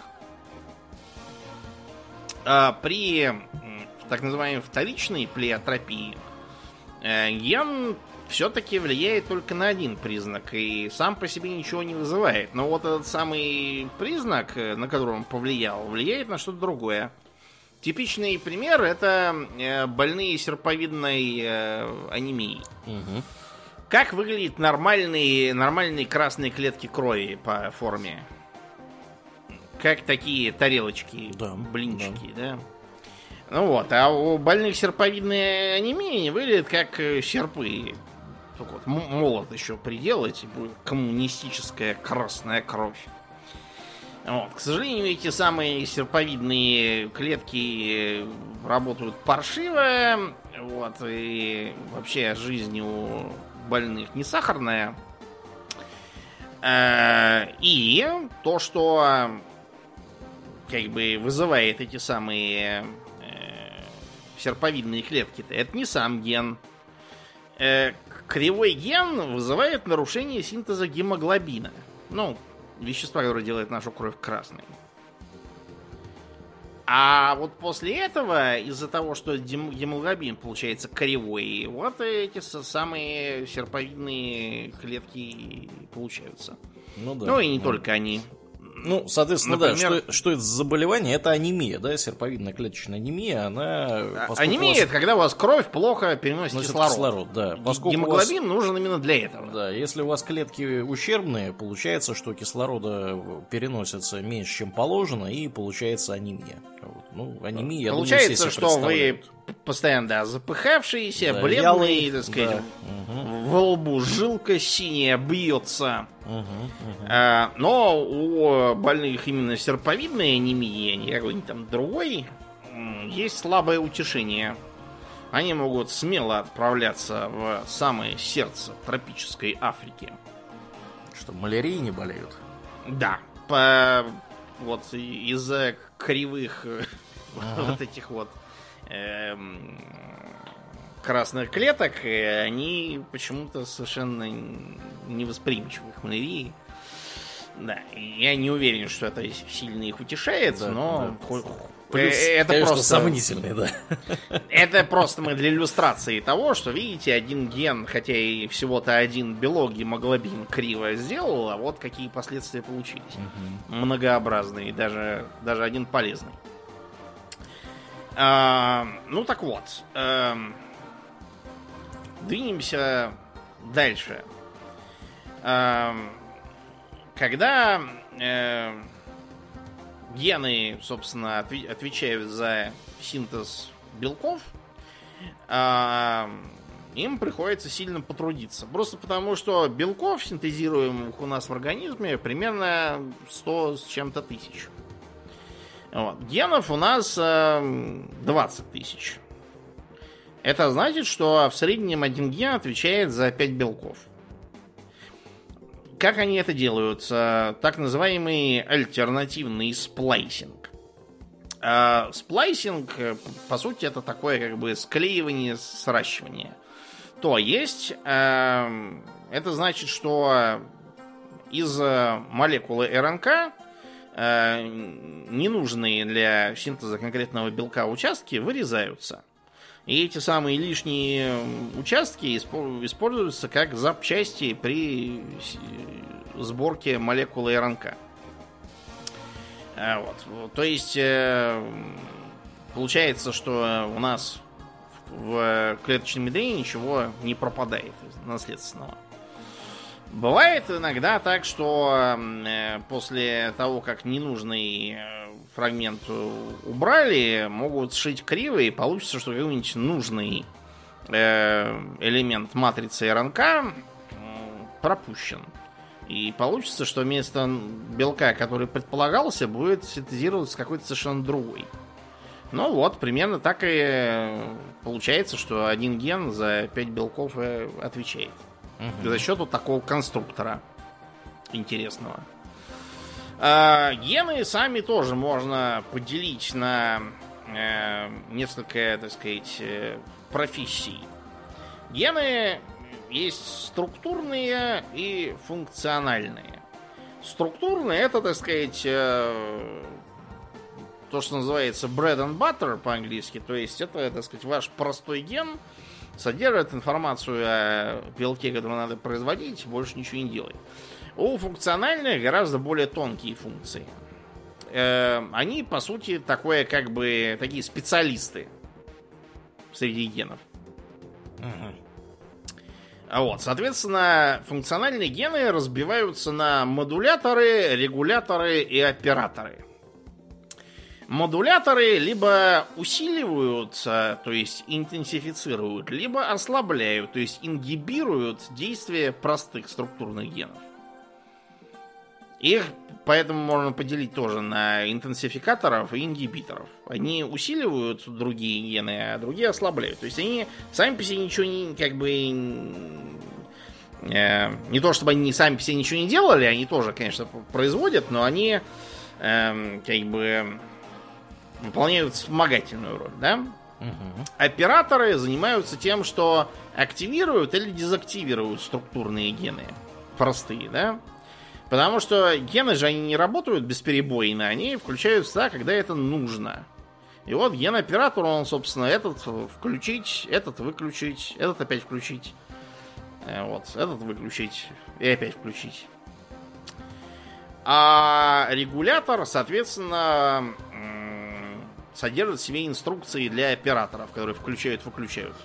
При так называемой вторичной плеотропии ген все-таки влияет только на один признак и сам по себе ничего не вызывает. Но вот этот самый признак, на который он повлиял, влияет на что-то другое. Типичный пример — это больные серповидной анемией. Угу. Как выглядят нормальные красные клетки крови по форме? Как такие тарелочки, да, блинчики, да? Ну вот, а у больных серповидной анемией выглядят как серпы. Только вот молот еще приделать, и будет коммунистическая красная кровь. Вот. К сожалению, эти самые серповидные клетки работают паршиво. Вот, и вообще жизнь у больных не сахарная. И то, что как бы вызывает эти самые серповидные клетки-то, это не сам ген. Кривой ген вызывает нарушение синтеза гемоглобина. Ну, вещества, которое делает нашу кровь красной. А вот после этого, из-за того, что гемоглобин получается кривой, вот эти самые серповидные клетки получаются. Ну да. Ну и не только они. Ну, соответственно, например, да, что это за заболевание? Это анемия, да, серповидная клеточная анемия, она... Анемия — это когда у вас кровь плохо переносит кислород. Да. Поскольку гемоглобин нужен именно для этого. Да, если у вас клетки ущербные, получается, что кислорода переносится меньше, чем положено, и получается анемия. Вот. Ну, анемия, получается, я думаю, что вы постоянно, да, запыхавшиеся, да, бледные, вялый, так сказать, да. В лбу жилка синяя бьется. Но у больных именно серповидной анемии, не какой-нибудь там другой, есть слабое утешение. Они могут смело отправляться в самое сердце тропической Африки. Что, малярией не болеют? Да. Вот из-за кривых вот этих вот красных клеток, они почему-то совершенно невосприимчивы к малярии. Да, я не уверен, что это сильно их утешает, да, но да. Плюс, это конечно, просто сомнительный, да. Это просто мы для иллюстрации того, что, видите, один ген, хотя и всего-то один белок гемоглобин криво сделал, а вот какие последствия получились. Многообразные, даже один полезный. Ну так вот. Двинемся дальше. Когда гены, собственно, отвечают за синтез белков, им приходится сильно потрудиться. Просто потому, что белков, синтезируемых у нас в организме, примерно 100 с чем-то тысяч. Вот. Генов у нас 20 тысяч. Это значит, что в среднем один ген отвечает за 5 белков. Как они это делают? Так называемый альтернативный сплайсинг. Сплайсинг, по сути, это такое как бы склеивание, сращивание. То есть, это значит, что из молекулы РНК ненужные для синтеза конкретного белка участки вырезаются. И эти самые лишние участки используются как запчасти при сборке молекулы РНК. Вот. То есть получается, что у нас в клеточном ядре ничего не пропадает наследственного. Бывает иногда так, что после того, как ненужный фрагмент убрали, могут сшить криво, и получится, что какой-нибудь нужный элемент матрицы РНК пропущен. И получится, что вместо белка, который предполагался, будет синтезироваться какой-то совершенно другой. Ну вот, примерно так и получается, что один ген за 5 белков отвечает. За счет вот такого конструктора интересного. Гены сами тоже можно поделить на несколько, так сказать, профессий. Гены есть структурные и функциональные. Структурные — это, так сказать, то, что называется bread and butter по-английски. То есть это, так сказать, ваш простой ген содержит информацию о белке, который надо производить, больше ничего не делает. У функциональных гораздо более тонкие функции. Они, по сути, такие специалисты среди генов. Вот, соответственно, функциональные гены разбиваются на модуляторы, регуляторы и операторы. Модуляторы либо усиливают, то есть интенсифицируют, либо ослабляют, то есть ингибируют действие простых структурных генов. Их поэтому можно поделить тоже на интенсификаторов и ингибиторов. Они усиливают другие гены, а другие ослабляют. То есть они сами по себе ничего не, не то чтобы они сами по себе ничего не делали, они тоже, конечно, производят, но они выполняют вспомогательную роль, да? Операторы занимаются тем, что активируют или дезактивируют структурные гены. Простые, да? Потому что гены же они не работают бесперебойно, они включаются, когда это нужно. И вот ген-оператор, он, собственно, этот включить, этот выключить, этот опять включить. Вот, этот выключить и опять включить. А регулятор, соответственно, содержит в себе инструкции для операторов, которые включают-выключают.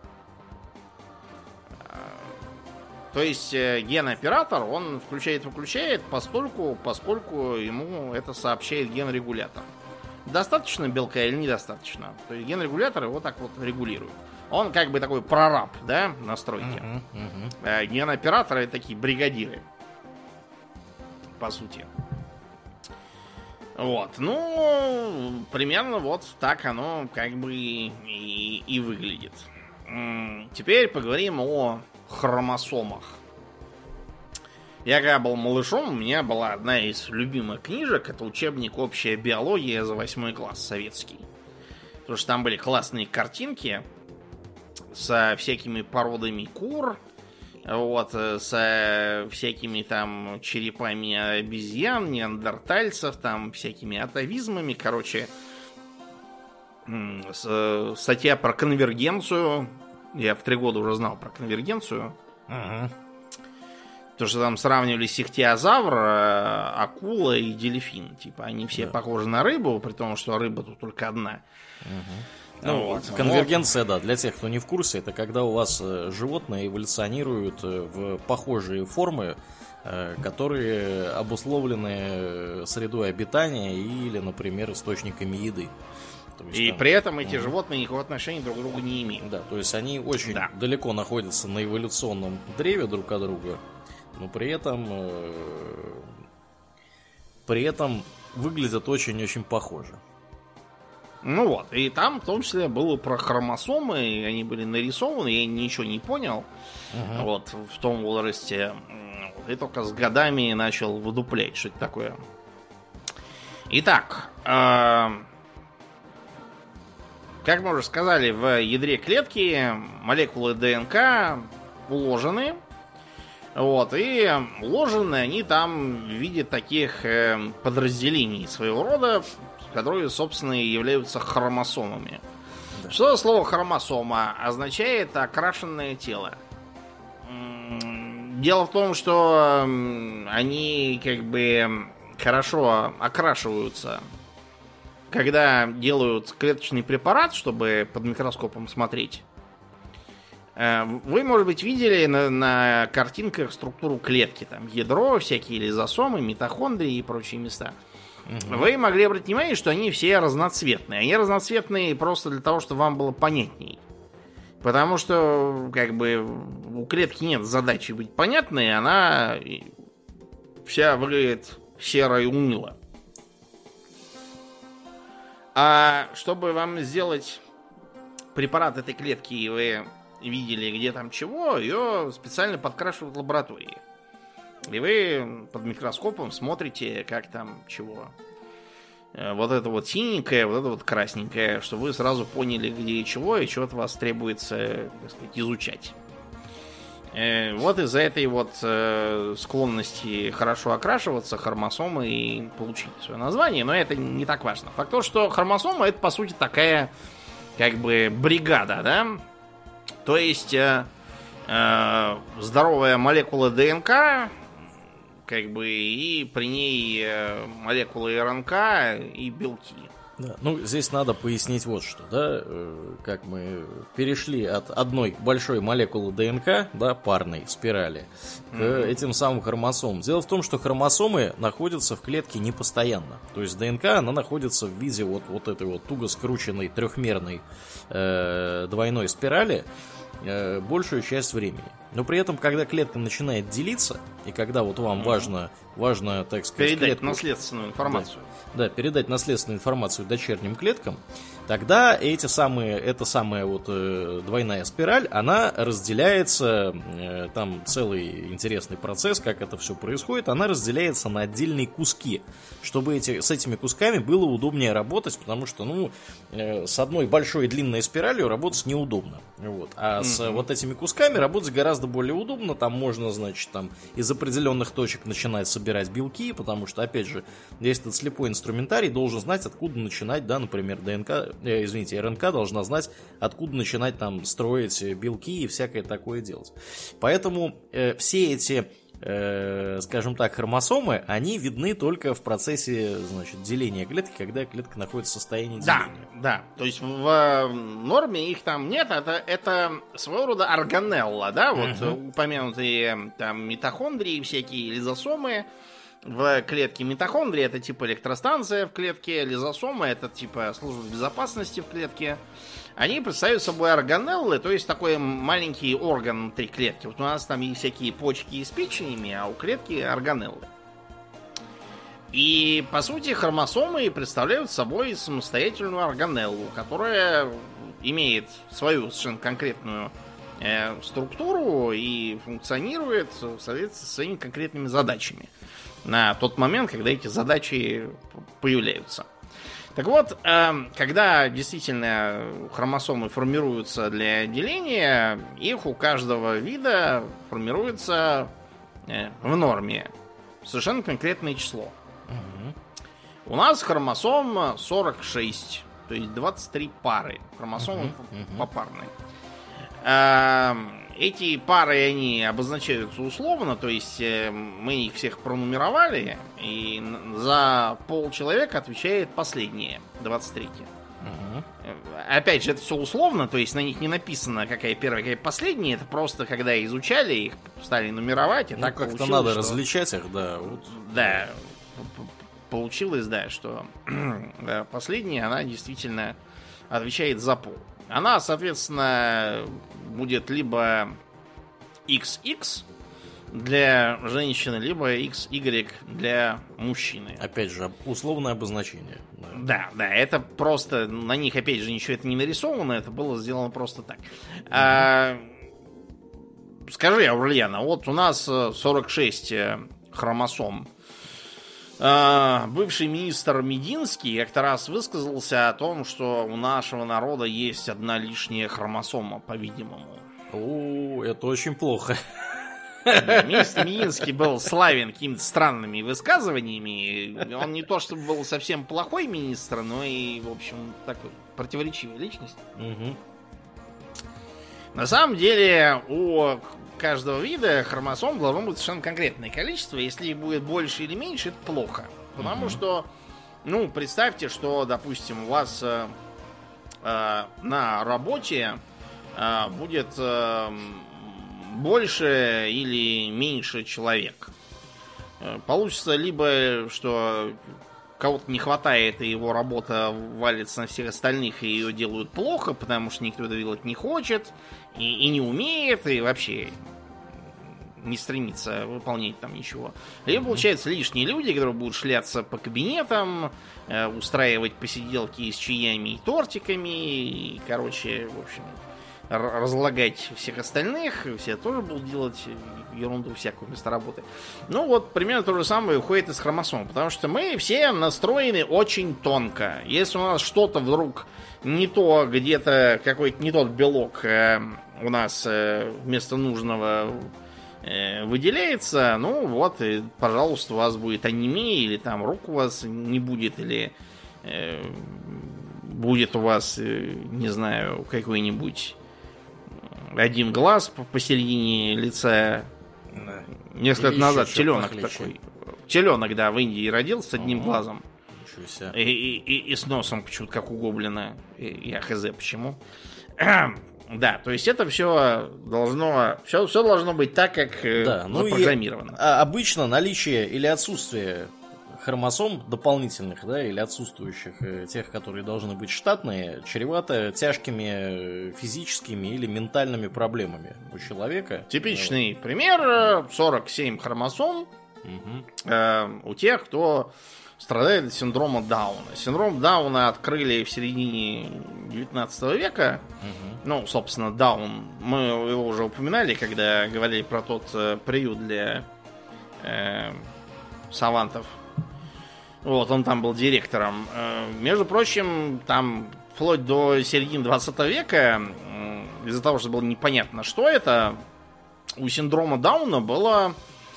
То есть ген-оператор, он включает-выключает поскольку ему это сообщает ген-регулятор. Достаточно белка или недостаточно? То есть ген-регулятор его так вот регулирует. Он как бы такой прораб, да, настройки. Ген-операторы это такие бригадиры. По сути. Вот, ну, примерно вот так оно как бы и выглядит. Теперь поговорим о хромосомах. Я когда был малышом, у меня была одна из любимых книжек. Это учебник «Общая биология» за 8 класс, советский. Потому что там были классные картинки со всякими породами кур, вот, со всякими там черепами обезьян, неандертальцев, там всякими атовизмами. Короче, статья про конвергенцию. Я в 3 года уже знал про конвергенцию. То, что там сравнивали ихтиозавр, акула и дельфин. Типа, они все похожи на рыбу, при том, что рыба тут только одна. Ну, вот. Конвергенция, да, для тех, кто не в курсе, это когда у вас животные эволюционируют в похожие формы, которые обусловлены средой обитания или, например, источниками еды. Есть, и там, при этом эти животные никакого отношения друг к другу не имеют. Да, то есть они очень далеко находятся на эволюционном древе друг от друга, но при этом выглядят очень-очень похоже. Ну вот, и там в том числе было про хромосомы, и они были нарисованы, я ничего не понял вот в том возрасте. И только с годами начал выдуплять, что это такое. Итак, как мы уже сказали, в ядре клетки молекулы ДНК уложены. Вот, и уложены они там в виде таких подразделений своего рода, которые, собственно, и являются хромосомами. Да. Что слово хромосома означает окрашенное тело. Дело в том, что они как бы хорошо окрашиваются, когда делают клеточный препарат, чтобы под микроскопом смотреть. Вы, может быть, видели на картинках структуру клетки. Там ядро, всякие лизосомы, митохондрии и прочие места. Угу. Вы могли обратить внимание, что они все разноцветные. Они разноцветные просто для того, чтобы вам было понятней. Потому что, как бы, у клетки нет задачи быть понятной, она вся выглядит серо и уныло. А чтобы вам сделать препарат этой клетки, и вы видели, где там чего, ее специально подкрашивают в лаборатории. И вы под микроскопом смотрите, как там чего. Вот это вот синенькое, вот это вот красненькое, чтобы вы сразу поняли, где и чего, и что от вас требуется, так сказать, изучать. Вот из-за этой вот склонности хорошо окрашиваться хромосомы и получили свое название, но это не так важно. Факт то, что хромосома — это, по сути, такая, как бы, бригада, да? То есть здоровая молекула ДНК, как бы, и при ней молекулы РНК и белки. Да, ну, здесь надо пояснить вот что, да, как мы перешли от одной большой молекулы ДНК, да, парной спирали, к этим самым хромосомам. Дело в том, что хромосомы находятся в клетке не постоянно. То есть ДНК, она находится в виде вот этой вот туго скрученной трехмерной двойной спирали большую часть времени. Но при этом, когда клетка начинает делиться, и когда вот вам важно, так сказать, передать клетку, наследственную информацию. Да, передать наследственную информацию дочерним клеткам, тогда эта самая вот двойная спираль, она разделяется, там целый интересный процесс, как это все происходит, она разделяется на отдельные куски, чтобы с этими кусками было удобнее работать, потому что, с одной большой длинной спиралью работать неудобно. Вот. А с вот этими кусками работать гораздо более удобно, там можно, значит, там из определенных точек начинать собирать белки, потому что, опять же, весь этот слепой инструментарий должен знать, откуда начинать, да, например, РНК должна знать, откуда начинать там строить белки и всякое такое делать. Поэтому все эти, скажем так, хромосомы, они видны только в процессе, значит, деления клетки, когда клетка находится в состоянии деления. Да. То есть в норме их там нет, это своего рода органелла, да, вот упомянутые там митохондрии, всякие лизосомы. В клетке митохондрии это типа электростанция в клетке, лизосомы это типа служба безопасности в клетке. Они представляют собой органеллы, то есть такой маленький орган внутри клетки. Вот у нас там есть всякие почки с печенями, а у клетки органеллы. И, по сути, хромосомы представляют собой самостоятельную органеллу, которая имеет свою совершенно конкретную структуру и функционирует в соответствии со своими конкретными задачами на тот момент, когда эти задачи появляются. Так вот, когда действительно хромосомы формируются для деления, их у каждого вида формируется в норме совершенно конкретное число. У нас хромосом 46, то есть 23 пары. Хромосомы попарные. Эти пары, они обозначаются условно, то есть мы их всех пронумеровали, и за полчеловека отвечает последнее, 23. Опять же, это все условно, то есть на них не написано, какая первая, какая последняя, это просто, когда изучали, их стали нумеровать, и так как-то надо различать их, да. Вот. Да, получилось, да, что последняя, она действительно отвечает за пол. Она, соответственно, будет либо XX для женщины, либо XY для мужчины. Опять же, условное обозначение. Да, это просто, на них, опять же, ничего это не нарисовано, это было сделано просто так. Скажи, Аурлиана, вот у нас 46 хромосом. бывший министр Мединский как-то раз высказался о том, что у нашего народа есть одна лишняя хромосома, по-видимому. О, это очень плохо. Министр Мединский был славен какими-то странными высказываниями. Он не то чтобы был совсем плохой министр, но и, в общем, такой противоречивая личность. Угу. На самом деле, у каждого вида хромосом должно быть совершенно конкретное количество. Если их будет больше или меньше, это плохо. Потому что, ну, представьте, что, допустим, у вас на работе будет больше или меньше человек. Получится либо, что кого-то не хватает, и его работа валится на всех остальных, и ее делают плохо, потому что никто это делать не хочет, и не умеет, и вообще не стремится выполнять там ничего. Либо, получается, лишние люди, которые будут шляться по кабинетам, устраивать посиделки с чаями и тортиками, и, короче, в общем, разлагать всех остальных, все тоже будут делать ерунду всякую вместо работы. Ну вот, примерно то же самое уходит из хромосом, потому что мы все настроены очень тонко. Если у нас что-то вдруг не то, где-то какой-то не тот белок у нас вместо нужного выделяется, ну вот, и, пожалуйста, у вас будет анемия, или там рук у вас не будет, или будет у вас, не знаю, какой-нибудь один глаз посередине лица. Несколько лет назад теленок такой. Теленок, да, в Индии родился с одним глазом. И с носом почему-то как у гоблина. Я хз почему. Да, то есть это все должно быть так, как запрограммировано. Обычно наличие или отсутствие хромосом дополнительных, да, или отсутствующих, тех, которые должны быть штатные, чревато тяжкими физическими или ментальными проблемами у человека. Типичный пример: 47 хромосом у тех, кто страдает от синдрома Дауна. Синдром Дауна открыли в середине 19 века. Ну, собственно, Даун, мы его уже упоминали, когда говорили про тот приют для савантов. Вот, он там был директором. Между прочим, там вплоть до середины 20 века, из-за того, что было непонятно, что это, у синдрома Дауна было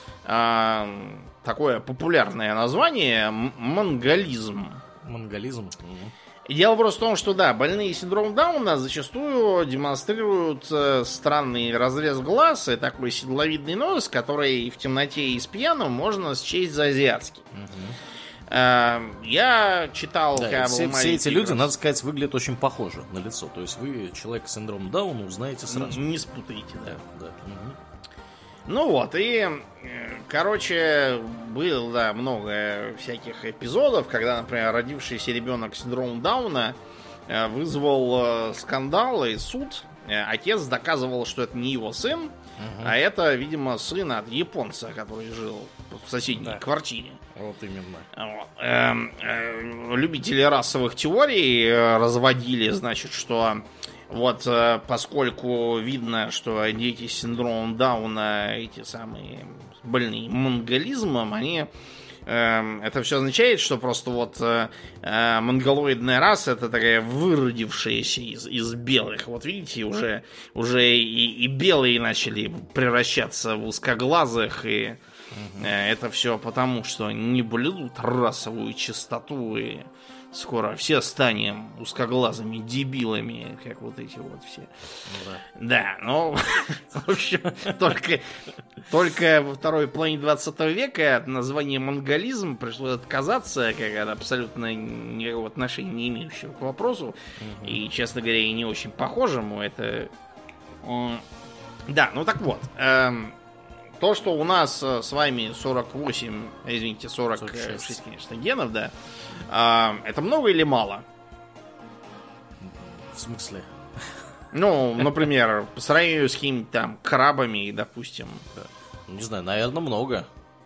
такое популярное название — монголизм. Монголизм? И дело просто в том, что да, больные синдромом Дауна зачастую демонстрируют странный разрез глаз и такой седловидный нос, который в темноте и с пьяным можно счесть за азиатский. Я читал, да, все эти люди, надо сказать, выглядят очень похоже на лицо. То есть вы человека с синдромом Дауна узнаете сразу. Не спутаете, да. Ну вот, и, короче, было, да, много всяких эпизодов, когда, например, родившийся ребенок с синдромом Дауна вызвал скандал и суд. Отец доказывал, что это не его сын, а это, видимо, сын от японца, который жил в соседней квартире. Вот именно. Вот. Любители расовых теорий разводили, значит, что вот поскольку видно, что дети с синдромом Дауна, эти самые больные монголизмом, они это все означает, что просто вот монголоидная раса — это такая выродившаяся из белых. Вот видите, уже и белые начали превращаться в узкоглазых, и это все потому, что не блюдут расовую чистоту, и скоро все станем узкоглазыми дебилами, как вот эти вот все. Да, ну, в общем, только во второй половине 20 века от названия монголизм пришлось отказаться, как от абсолютно никакого отношения не имеющего к вопросу, и, честно говоря, и не очень похожему. Это... Да, ну так вот. То, что у нас с вами 46, конечно, генов, да, это много или мало? В смысле? Ну, например, по сравнению с какими-то там крабами, допустим. Не знаю, наверное, много.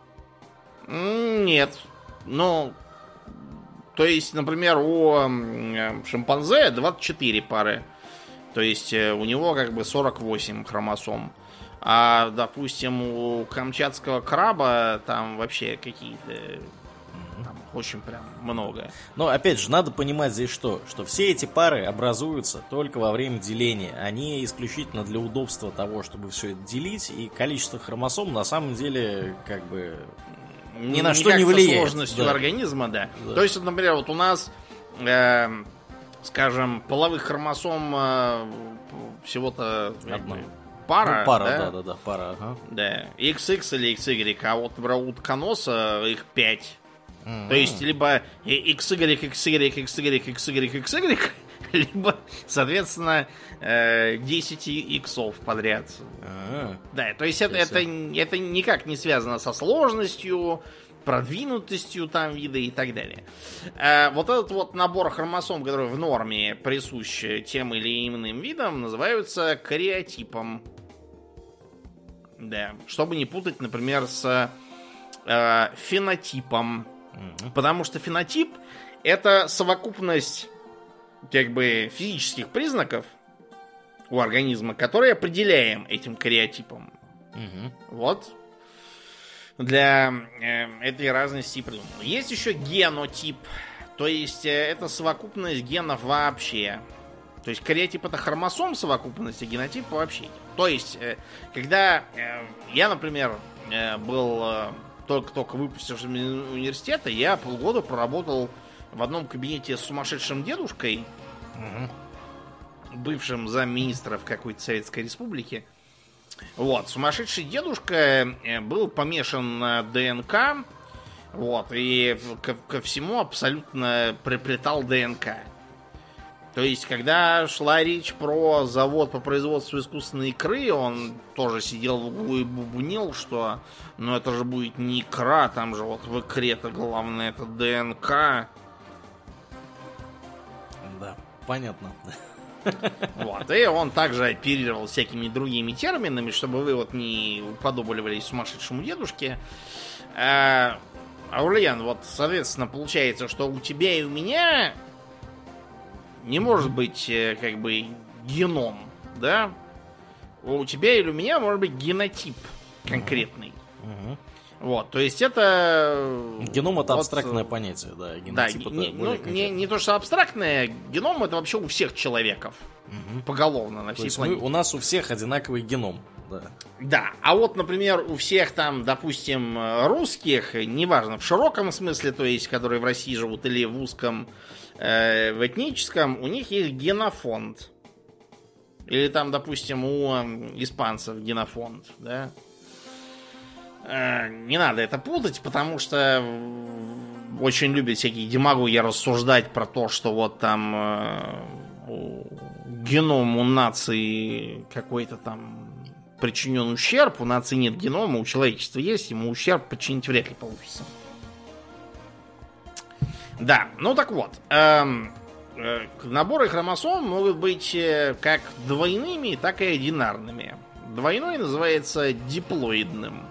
Нет. Ну, то есть, например, у шимпанзе 24 пары. То есть, у него как бы 48 хромосом. А, допустим, у камчатского краба там вообще какие-то Там очень прям много. Но, опять же, надо понимать здесь что все эти пары образуются только во время деления. Они исключительно для удобства того, чтобы все это делить, и количество хромосом на самом деле как бы ни на что не влияет. Сложностью организма, да. То есть, например, вот у нас, скажем, половых хромосом всего-то пара. Ну, пара, да, пара. Ага. Да, XX или XY, а вот, например, у утконоса их 5. То есть, либо XY, XY, XY, XY, XY, либо, соответственно, 10 иксов подряд. Да, то есть это никак не связано со сложностью, продвинутостью там вида и так далее. Вот этот вот набор хромосом, который в норме присущ тем или иным видам, называются кариотипом. Да, чтобы не путать, например, с фенотипом. Потому что фенотип — это совокупность как бы физических признаков у организма, которые определяем этим кариотипом. Вот. Для этой разности придумано. Есть еще генотип. То есть это совокупность генов вообще. То есть кариотип — это хромосом совокупности, генотип вообще. То есть, когда я, например, был только выпустившись из университета, я полгода проработал в одном кабинете с сумасшедшим дедушкой, бывшим замминистра в какой-то Советской Республике. Вот, сумасшедший дедушка был помешан на ДНК, вот, и ко всему абсолютно приплетал ДНК. То есть, когда шла речь про завод по производству искусственной икры, он тоже сидел в углу и бубнил, что ну это же будет не икра, там же вот в икре-то главное это ДНК. Да, понятно. Вот, и он также оперировал всякими другими терминами, чтобы вы вот не уподобливались сумасшедшему дедушке. Аурлиан, вот, соответственно, получается, что у тебя и у меня не может быть как бы геном, да? У тебя или у меня может быть генотип конкретный. Вот, то есть это... Геном — это абстрактное понятие, да. Генотип — это не то, что абстрактное, геном — это вообще у всех человеков. Поголовно на всей планете. У нас у всех одинаковый геном. Да. Да, а вот, например, у всех там, допустим, русских, неважно, в широком смысле, то есть, которые в России живут, или в узком, в этническом, у них есть генофонд. Или там, допустим, у испанцев генофонд, да. Не надо это путать, потому что очень любят всякие демагоги рассуждать про то, что вот там геном у нации какой-то там причинен ущерб, у нации нет генома, у человечества есть, ему ущерб причинить вряд ли получится. Да, ну так вот, наборы хромосом могут быть как двойными, так и одинарными. Двойной называется диплоидным.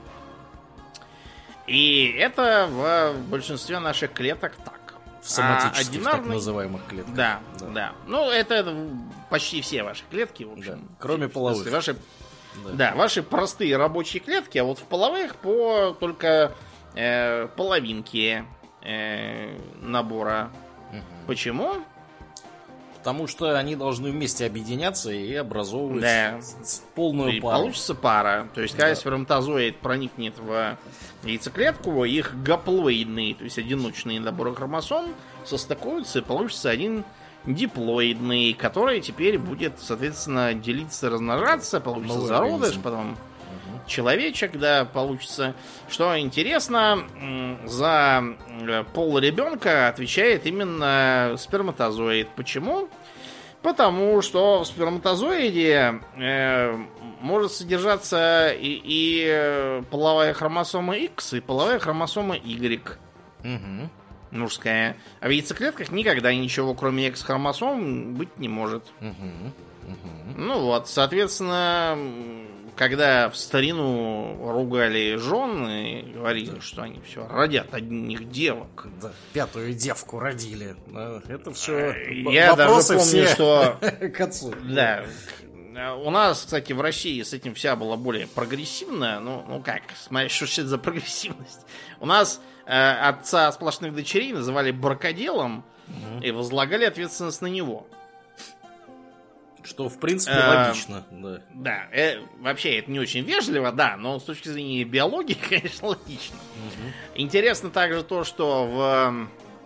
И это в большинстве наших клеток так. В соматических так называемых клетках. Да. Ну, это почти все ваши клетки, в общем. Да. Кроме половых. Ваши простые рабочие клетки, а вот в половых только половинки набора. Почему? Потому что они должны вместе объединяться и образовывать полную и пару. Получится пара. То есть, когда сперматозоид проникнет в яйцеклетку, их гаплоидные, то есть одиночные наборы хромосом, состыкуются, и получится один диплоидный, который теперь будет, соответственно, делиться, размножаться, получится новый зародыш, организм. потом человечек, да, получится. Что интересно, за пол ребенка отвечает именно сперматозоид. Почему? Потому что в сперматозоиде может содержаться и половая хромосома X, и половая хромосома Y. Мужская. А в яйцеклетках никогда ничего, кроме X-хромосом, быть не может. Ну вот, соответственно, когда в старину ругали жен и говорили, что они все родят одних девок. Да, 5-ю девку родили. Это все я даже помню, все что к отцу. да, У нас, кстати, в России с этим вся была более прогрессивная. Ну как, смотри, что это за прогрессивность. У нас отца сплошных дочерей называли бракоделом и возлагали ответственность на него. Что, в принципе, логично, да. Да, вообще это не очень вежливо, да, но с точки зрения биологии, конечно, логично. Интересно также то, что в...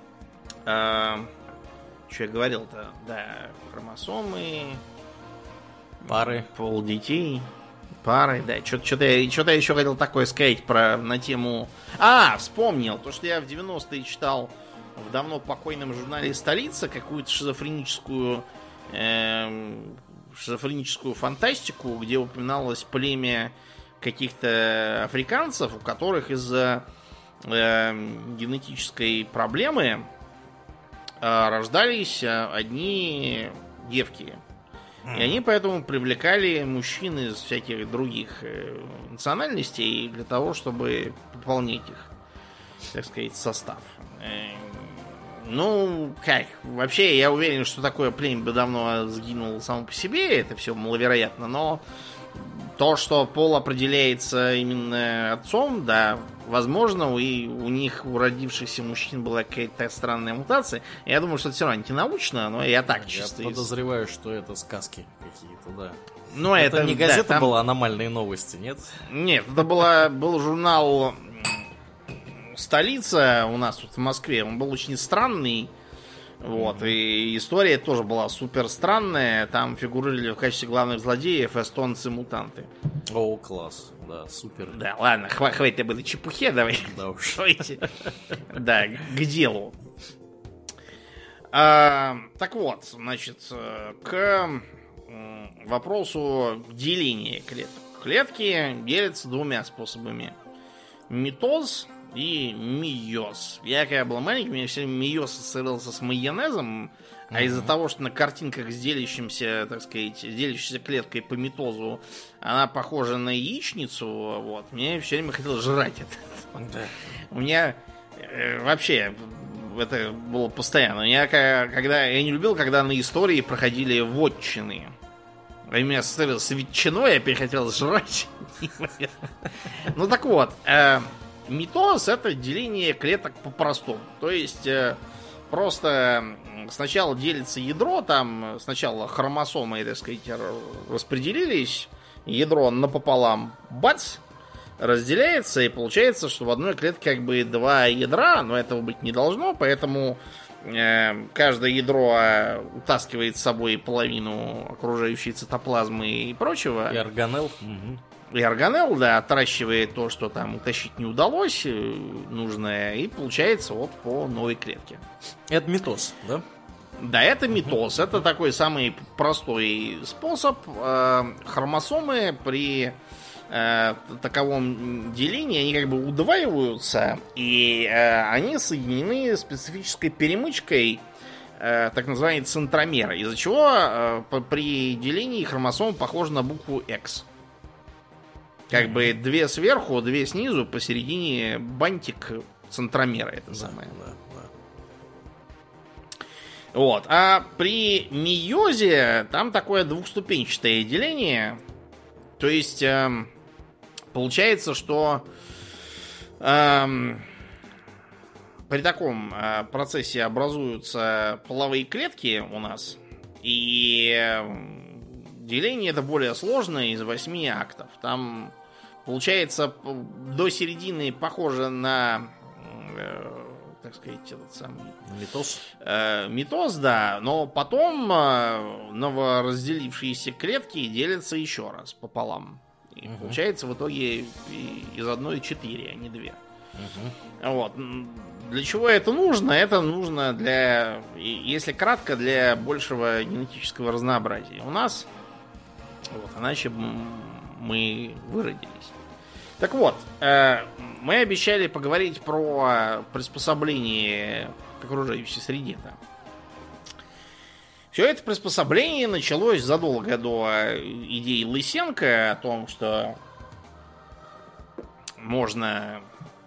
что я говорил-то? Да, хромосомы... Пары. Пол детей. Пары, да. Что-то я еще хотел такое сказать на тему... Вспомнил. То, что я в 90-е читал в давно покойном журнале «Столица» какую-то шизофреническую фантастику, где упоминалось племя каких-то африканцев, у которых из-за генетической проблемы рождались одни девки. И они поэтому привлекали мужчин из всяких других национальностей для того, чтобы пополнить их, так сказать, состав. Ну, как? Вообще, я уверен, что такое племя бы давно сгинуло само по себе. Это все маловероятно. Но то, что пол определяется именно отцом, да, возможно, и у них, у родившихся мужчин, была какая-то странная мутация. Я думаю, что это все равно антинаучно, но я так чисто... Я подозреваю, что это сказки какие-то, да. Но это не газета была «Аномальные новости», нет? Нет, это был журнал «Столица» у нас тут в Москве. Он был очень странный. Вот, и история тоже была супер странная. Там фигурировали в качестве главных злодеев эстонцы-мутанты. О, класс, да, супер. Да, ладно, хватит об этой чепухе, давай. Да уж. Да, к делу. Так вот, значит, к вопросу деления клеток. Клетки делятся двумя способами. Митоз и мейоз. Я когда был маленький, у меня все время мейоз ассоциировался с майонезом, а из-за того, что на картинках с делящимся, так сказать, делящейся клеткой по митозу она похожа на яичницу, вот, мне все время хотелось жрать это. Да. У меня вообще это было постоянно. Я не любил, когда на истории проходили вотчины. У меня ассоциировалось с ветчиной, я перехотел жрать. Ну так вот, митоз — это деление клеток по-простому. То есть просто сначала делится ядро, там сначала хромосомы, так сказать, распределились, ядро напополам, бац, разделяется, и получается, что в одной клетке как бы два ядра, но этого быть не должно, поэтому каждое ядро утаскивает с собой половину окружающей цитоплазмы и прочего. И органелл. И органелл, да, отращивает то, что там утащить не удалось, нужное, и получается вот по новой клетке. Это митоз, да? Да, это митоз. Это такой самый простой способ. Хромосомы при таковом делении, они как бы удваиваются, и они соединены специфической перемычкой, так называемой центромера, из-за чего при делении хромосом похожа на букву X. Как бы две сверху, две снизу, посередине бантик центромера, это самое. Вот. А при мейозе там такое двухступенчатое деление. То есть получается, что при таком процессе образуются половые клетки у нас. И деление это более сложное, из 8 актов. Там получается до середины похоже на, так сказать, этот самый митоз. Митоз, да. Но потом новоразделившиеся клетки делятся еще раз пополам. И получается в итоге из одной 4, а не 2. Вот. Для чего это нужно? Это нужно для, если кратко, для большего генетического разнообразия. У нас вот, иначе мы выродились. Так вот, мы обещали поговорить про приспособление к окружающей среде-то. Все это приспособление началось задолго до идеи Лысенко о том, что можно...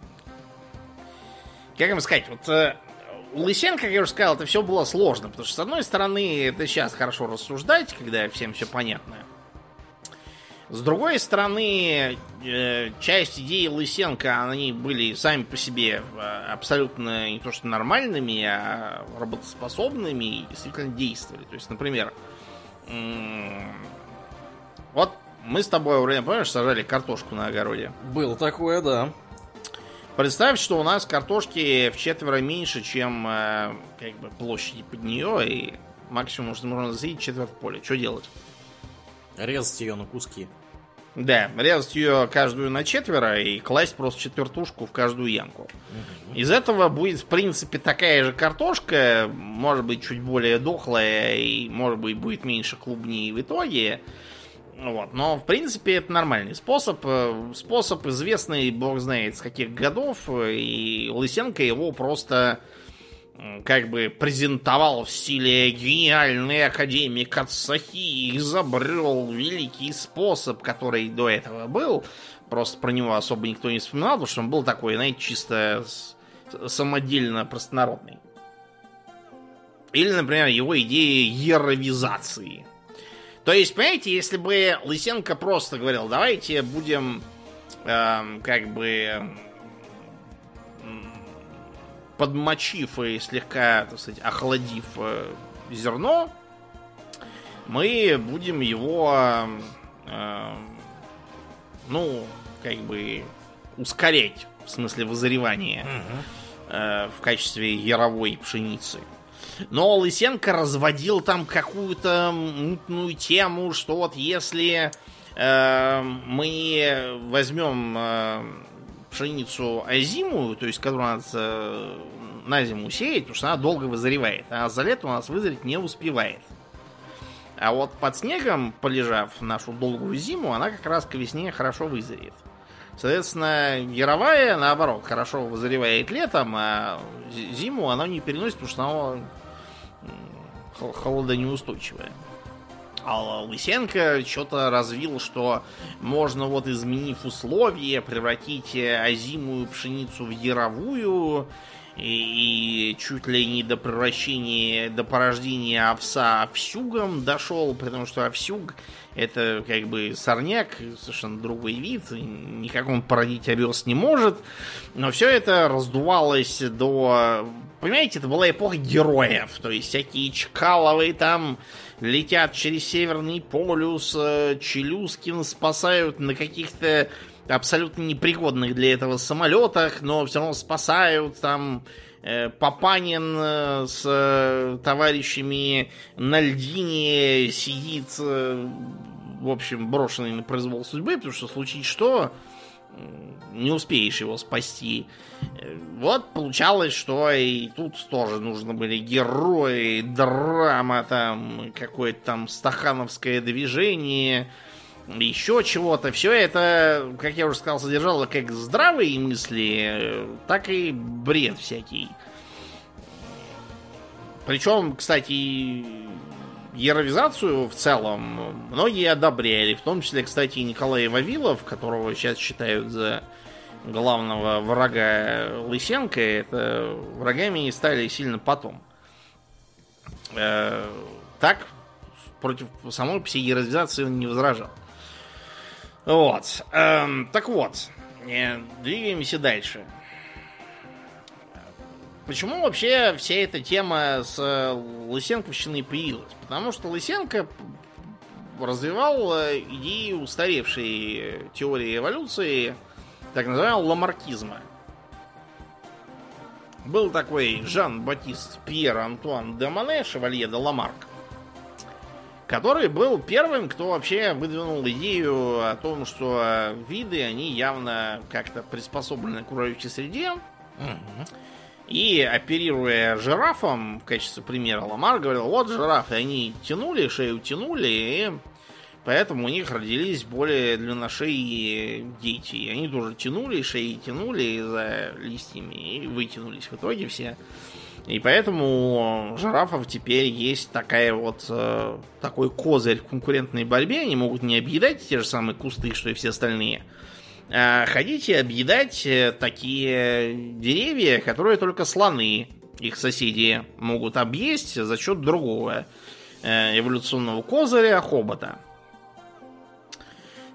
Как вам сказать, вот у Лысенко, как я уже сказал, это все было сложно, потому что, с одной стороны, это сейчас хорошо рассуждать, когда всем все понятно. С другой стороны, часть идей Лысенко, они были сами по себе абсолютно не то что нормальными, а работоспособными и действительно действовали. То есть, например, вот мы с тобой, Аурелиан, помнишь, сажали картошку на огороде? Было такое, да. Представь, что у нас картошки вчетверо меньше, чем как бы площади под нее, и максимум можно засадить четверть поля. Что делать? Резать ее на куски. Да, резать ее каждую на четверо и класть просто четвертушку в каждую ямку. Из этого будет, в принципе, такая же картошка, может быть, чуть более дохлая, и, может быть, будет меньше клубней в итоге. Вот. Но, в принципе, это нормальный способ. Способ известный, бог знает, с каких годов, и Лысенко его просто как бы презентовал в стиле гениальный академик Ацахи, изобрел великий способ, который до этого был. Просто про него особо никто не вспоминал, потому что он был такой, знаете, чисто самодельно простонародный. Или, например, его идея яровизации. То есть, понимаете, если бы Лысенко просто говорил, давайте будем как бы подмочив и слегка, так сказать, охладив зерно, мы будем его, ну, как бы ускорять, в смысле вызревания, в качестве яровой пшеницы. Но Лысенко разводил там какую-то мутную тему, что вот если мы возьмем пшеницу озимую, то есть которую надо на зиму сеять, потому что она долго вызревает, а за лето у нас вызреть не успевает. А вот под снегом, полежав нашу долгую зиму, она как раз к весне хорошо вызреет. Соответственно, яровая, наоборот, хорошо вызревает летом, а зиму она не переносит, потому что она холодонеустойчивая. А Лысенко что-то развил, что можно вот, изменив условия, превратить озимую пшеницу в яровую, и чуть ли не до превращения, до порождения овса овсюгом дошел, потому что овсюг это как бы сорняк, совершенно другой вид, никак он породить овес не может, но все это раздувалось до... Понимаете, это была эпоха героев, то есть всякие Чкаловы там летят через Северный полюс, Челюскин спасают на каких-то абсолютно непригодных для этого самолетах, но все равно спасают, там Папанин с товарищами на льдине сидит, в общем, брошенный на произвол судьбы, потому что случись что, не успеешь его спасти. Вот получалось, что и тут тоже нужны были герои, драма, там какое-то там стахановское движение, еще чего-то. Все это, как я уже сказал, содержало как здравые мысли, так и бред всякий. Причем, кстати, яровизацию в целом многие одобряли, в том числе, кстати, и Николай Вавилов, которого сейчас считают за главного врага Лысенко. Это врагами стали сильно потом. Так, против самой по себе яровизации он не возражал. Вот. Так вот, двигаемся дальше. Почему вообще вся эта тема с Лысенковщиной появилась? Потому что Лысенко развивал идеи устаревшей теории эволюции, так называемого ламаркизма. Был такой Жан-Батист Пьер Антуан де Моне, шевалье де Ламарк, который был первым, кто вообще выдвинул идею о том, что виды, они явно как-то приспособлены к окружающей среде. И, оперируя жирафом в качестве примера, Ламарк говорил, вот жирафы, они тянули, шею тянули, и поэтому у них родились более длинношеие дети. И они тоже тянули, шеи тянули за листьями и вытянулись в итоге все. И поэтому у жирафов теперь есть такая вот, такой козырь в конкурентной борьбе. Они могут не объедать те же самые кусты, что и все остальные, а ходить и объедать такие деревья, которые только слоны, их соседи, могут объесть за счет другого эволюционного козыря — хобота.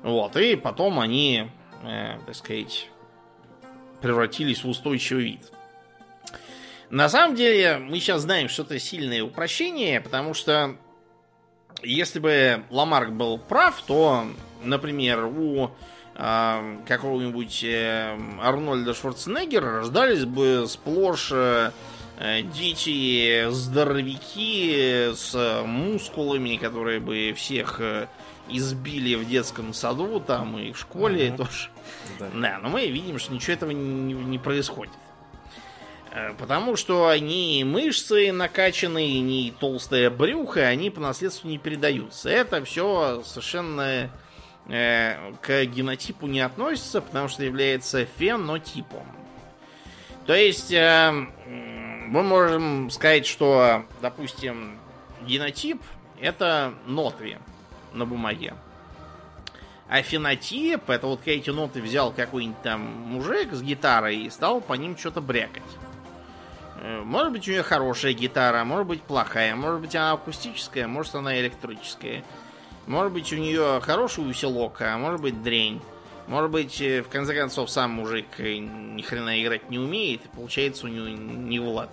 Вот, и потом они, так сказать, превратились в устойчивый вид. На самом деле, мы сейчас знаем, что это сильное упрощение, потому что если бы Ламарк был прав, то, например, у какого-нибудь Арнольда Шварценеггера рождались бы сплошь дети, здоровяки с мускулами, которые бы всех избили в детском саду там и в школе тоже. Да, но мы видим, что ничего этого не происходит. Потому что ни мышцы накачанные, ни толстое брюхо, они по наследству не передаются. Это все совершенно к генотипу не относится, потому что является фенотипом. То есть мы можем сказать, что, допустим, генотип это ноты на бумаге. А фенотип это вот эти ноты взял какой-нибудь там мужик с гитарой и стал по ним что-то брякать. Может быть, у нее хорошая гитара, может быть, плохая, может быть, она акустическая, может, она электрическая. Может быть, у нее хороший усилок, а может быть, дрянь. Может быть, в конце концов, сам мужик ни хрена играть не умеет, и получается у него не влад.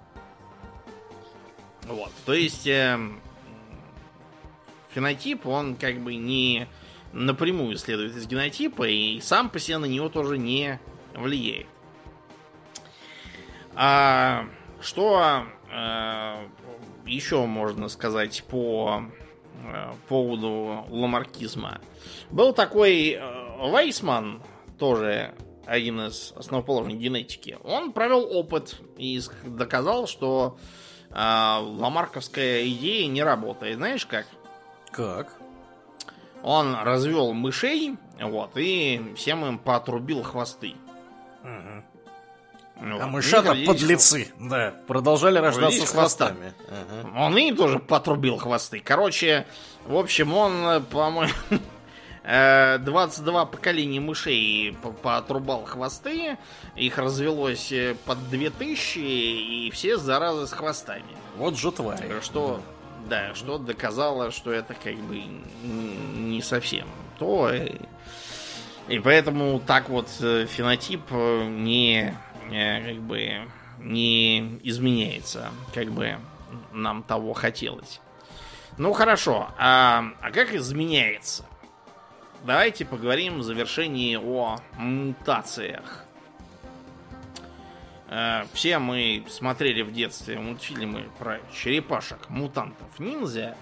Вот, то есть фенотип, он как бы не напрямую следует из генотипа, и сам по себе на него тоже не влияет. А что еще можно сказать по поводу ламаркизма? Был такой Вейсман, тоже один из основоположников генетики. Он провел опыт и доказал, что ламарковская идея не работает. Знаешь как? Как? Он развел мышей, вот, и всем им поотрубил хвосты. Угу. Вот. А мышата подлецы, да, продолжали рождаться с хвостами. Ага. Он им тоже потрубил хвосты. Короче, в общем, он, по-моему, 22 поколения мышей поотрубал хвосты. Их развелось под 2000, и все заразы с хвостами. Вот же тварь. Что, да, что доказало, что это как бы не совсем то. И поэтому так вот фенотип как бы не изменяется, как бы нам того хотелось. Ну хорошо, а как изменяется? Давайте поговорим в завершении о мутациях. Все мы смотрели в детстве мультфильмы про черепашек-мутантов-ниндзя.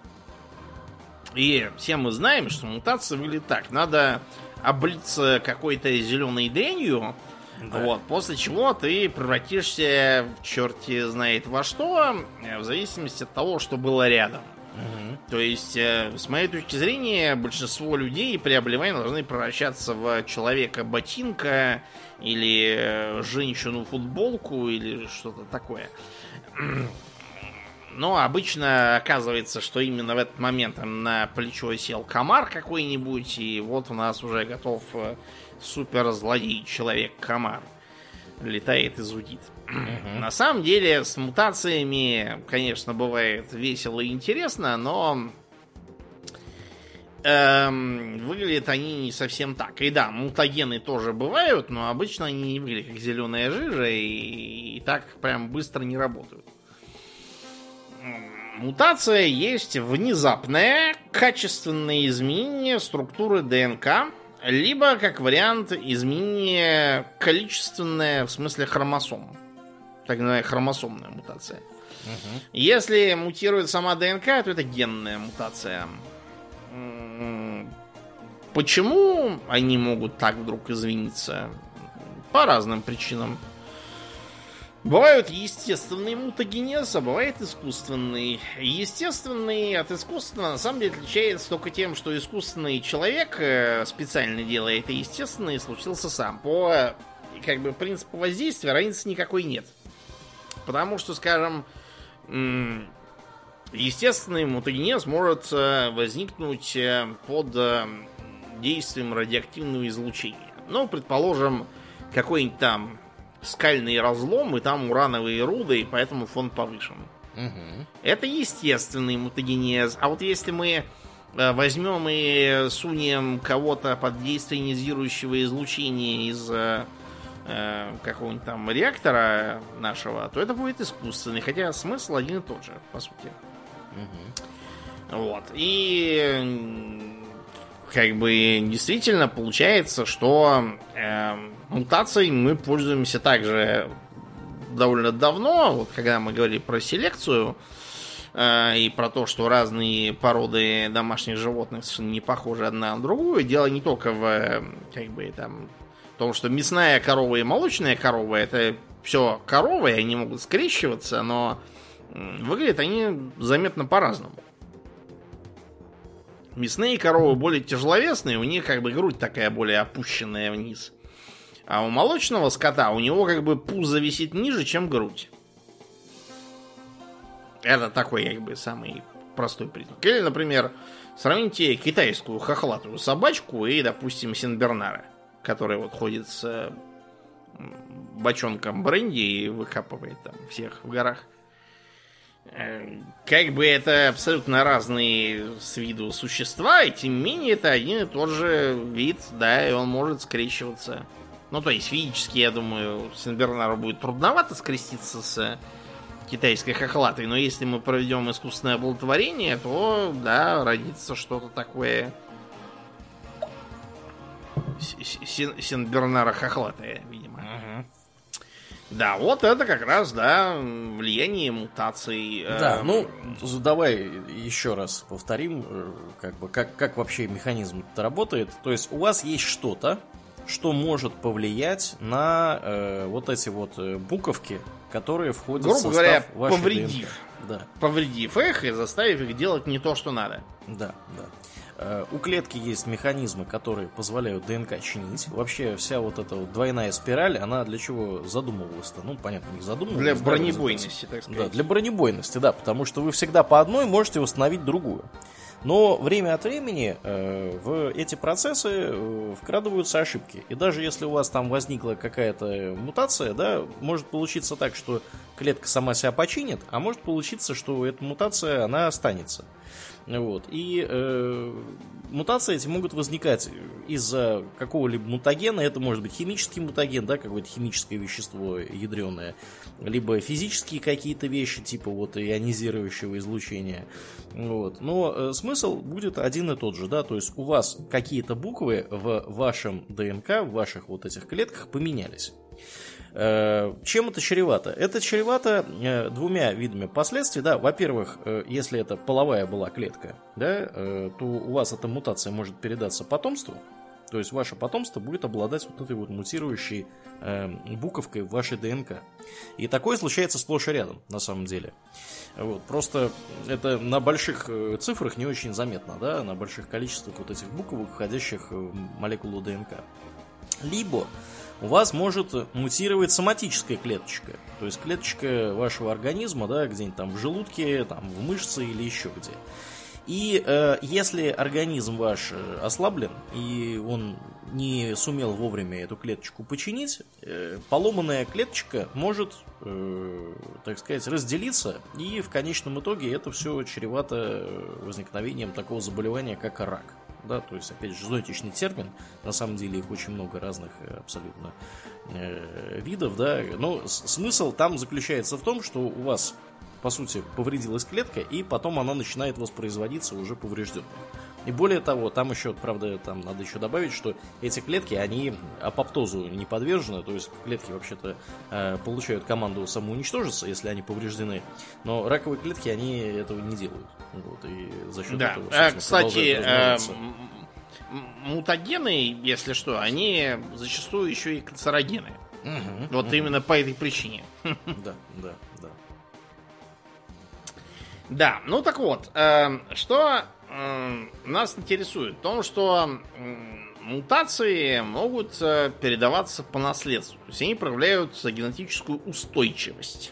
И все мы знаем, что мутация выглядит так. Надо облиться какой-то зеленой дрянью, да. Вот, после чего ты превратишься в черти знает во что, в зависимости от того, что было рядом. Угу. То есть, с моей точки зрения, большинство людей при обливании должны превращаться в человека-ботинка или женщину-футболку или что-то такое. Но обычно оказывается, что именно в этот момент на плечо сел комар какой-нибудь, и вот у нас уже готов суперзлодей человек-комар. Летает и зудит. На самом деле, с мутациями, конечно, бывает весело и интересно, но выглядят они не совсем так. И да, мутагены тоже бывают, но обычно они не выглядят как зеленая жижа и так прям быстро не работают. Мутация есть внезапное, качественное изменение структуры ДНК, либо, как вариант, изменение количественное, в смысле хромосом. Так называемая хромосомная мутация. Угу. Если мутирует сама ДНК, то это генная мутация. Почему они могут так вдруг измениться? По разным причинам. Бывают естественные мутагенез, а бывает искусственный. Естественный от искусственного на самом деле отличается только тем, что искусственный человек специально делает, и естественный случился сам. По как бы принципу воздействия разницы никакой нет. Потому что, скажем, естественный мутагенез может возникнуть под действием радиоактивного излучения. Ну, предположим, какой-нибудь там скальный разлом, и там урановые руды, и поэтому фон повышен. Угу. Это естественный мутагенез. А вот если мы возьмем и сунем кого-то под действие ионизирующего излучения из какого-нибудь там реактора нашего, то это будет искусственный, хотя смысл один и тот же, по сути. Вот. И как бы действительно получается, что мутацией мы пользуемся также довольно давно, вот когда мы говорили про селекцию и про то, что разные породы домашних животных совершенно не похожи одна на другую. Дело не только в как бы там том, что мясная корова и молочная корова это все коровы, и они могут скрещиваться, но выглядят они заметно по-разному. Мясные коровы более тяжеловесные, у них как бы грудь такая более опущенная вниз. А у молочного скота у него как бы пузо висит ниже, чем грудь. Это такой как бы самый простой признак. Или, например, сравните китайскую хохлатую собачку и, допустим, сенбернара, который вот ходит с бочонком бренди и выкапывает там всех в горах. Как бы это абсолютно разные с виду существа, и тем не менее это один и тот же вид, да, и он может скрещиваться. Ну, то есть физически, я думаю, сенбернару будет трудновато скреститься с китайской хохлатой, но если мы проведем искусственное оплодотворение, то, да, родится что-то такое сенбернара хохлатая, видимо. Да, вот это как раз, да, влияние мутаций. Да, ну, давай еще раз повторим, как бы, как вообще механизм работает. То есть у вас есть что-то, что может повлиять на вот эти вот буковки, которые входят грубо в состав говоря, вашей повредив. ДНК. Да. Повредив их и заставив их делать не то, что надо. Да, да. У клетки есть механизмы, которые позволяют ДНК чинить. Вообще вся вот эта вот двойная спираль, она для чего задумывалась-то? Ну, понятно, не задумывалась. Для бронебойности, так сказать. Да, для бронебойности, да, потому что вы всегда по одной можете восстановить другую. Но время от времени в эти процессы вкрадываются ошибки. И даже если у вас там возникла какая-то мутация, да, может получиться так, что клетка сама себя починит, а может получиться, что эта мутация, она останется. Вот. И мутации эти могут возникать из-за какого-либо мутагена. Это может быть химический мутаген, да, какое-то химическое вещество ядреное, либо физические какие-то вещи, типа вот ионизирующего излучения. Вот. Но смысл будет один и тот же, да, то есть у вас какие-то буквы в вашем ДНК, в ваших вот этих клетках поменялись. Чем это чревато? Это чревато двумя видами последствий. Да, во-первых, если это половая была клетка, да, то у вас эта мутация может передаться потомству. То есть ваше потомство будет обладать вот этой вот мутирующей буковкой в вашей ДНК. И такое случается сплошь и рядом, на самом деле. Вот, просто это на больших цифрах не очень заметно, да, на больших количествах вот этих буквок, входящих в молекулу ДНК. Либо у вас может мутировать соматическая клеточка, то есть клеточка вашего организма, да, где-нибудь там в желудке, там в мышце или еще где. И если организм ваш ослаблен, и он не сумел вовремя эту клеточку починить, поломанная клеточка может, так сказать, разделиться, и в конечном итоге это все чревато возникновением такого заболевания, как рак. Да, то есть, опять же, зонтичный термин, на самом деле их очень много разных абсолютно видов, да, но смысл там заключается в том, что у вас, по сути, повредилась клетка, и потом она начинает воспроизводиться уже поврежденной. И более того, там еще, правда, там надо еще добавить, что эти клетки, они апоптозу не подвержены, то есть клетки вообще-то получают команду самоуничтожиться, если они повреждены, но раковые клетки, они этого не делают. Вот, и за счет этого, кстати, мутагены, если что, они зачастую еще и канцерогены. Вот именно по этой причине. Да. Да, ну так вот, что нас интересует? В том, что мутации могут передаваться по наследству. То есть они проявляют генетическую устойчивость.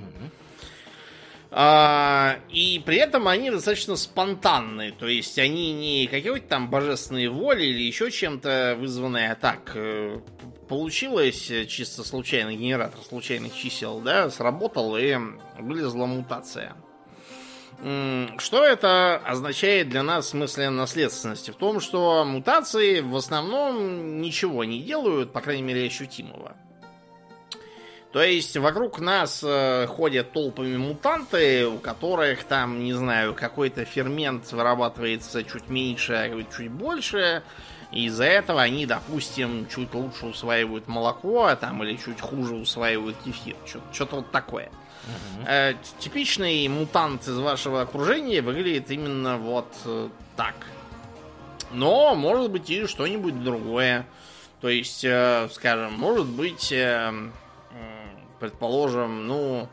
И при этом они достаточно спонтанные. То есть они не какой-то там божественной воли или еще чем-то вызванные, а так получилось чисто случайный генератор случайных чисел, да, сработал и вылезла мутация. Что это означает для нас в смысле наследственности? В том, что мутации в основном ничего не делают, по крайней мере, ощутимого. То есть вокруг нас ходят толпами мутанты, у которых там, не знаю, какой-то фермент вырабатывается чуть меньше, а какой-то чуть больше. И из-за этого они, допустим, чуть лучше усваивают молоко, там, или чуть хуже усваивают кефир. Что-то вот такое. Типичный мутант из вашего окружения выглядит именно вот так. Но может быть и что-нибудь другое. То есть, скажем, может быть, предположим,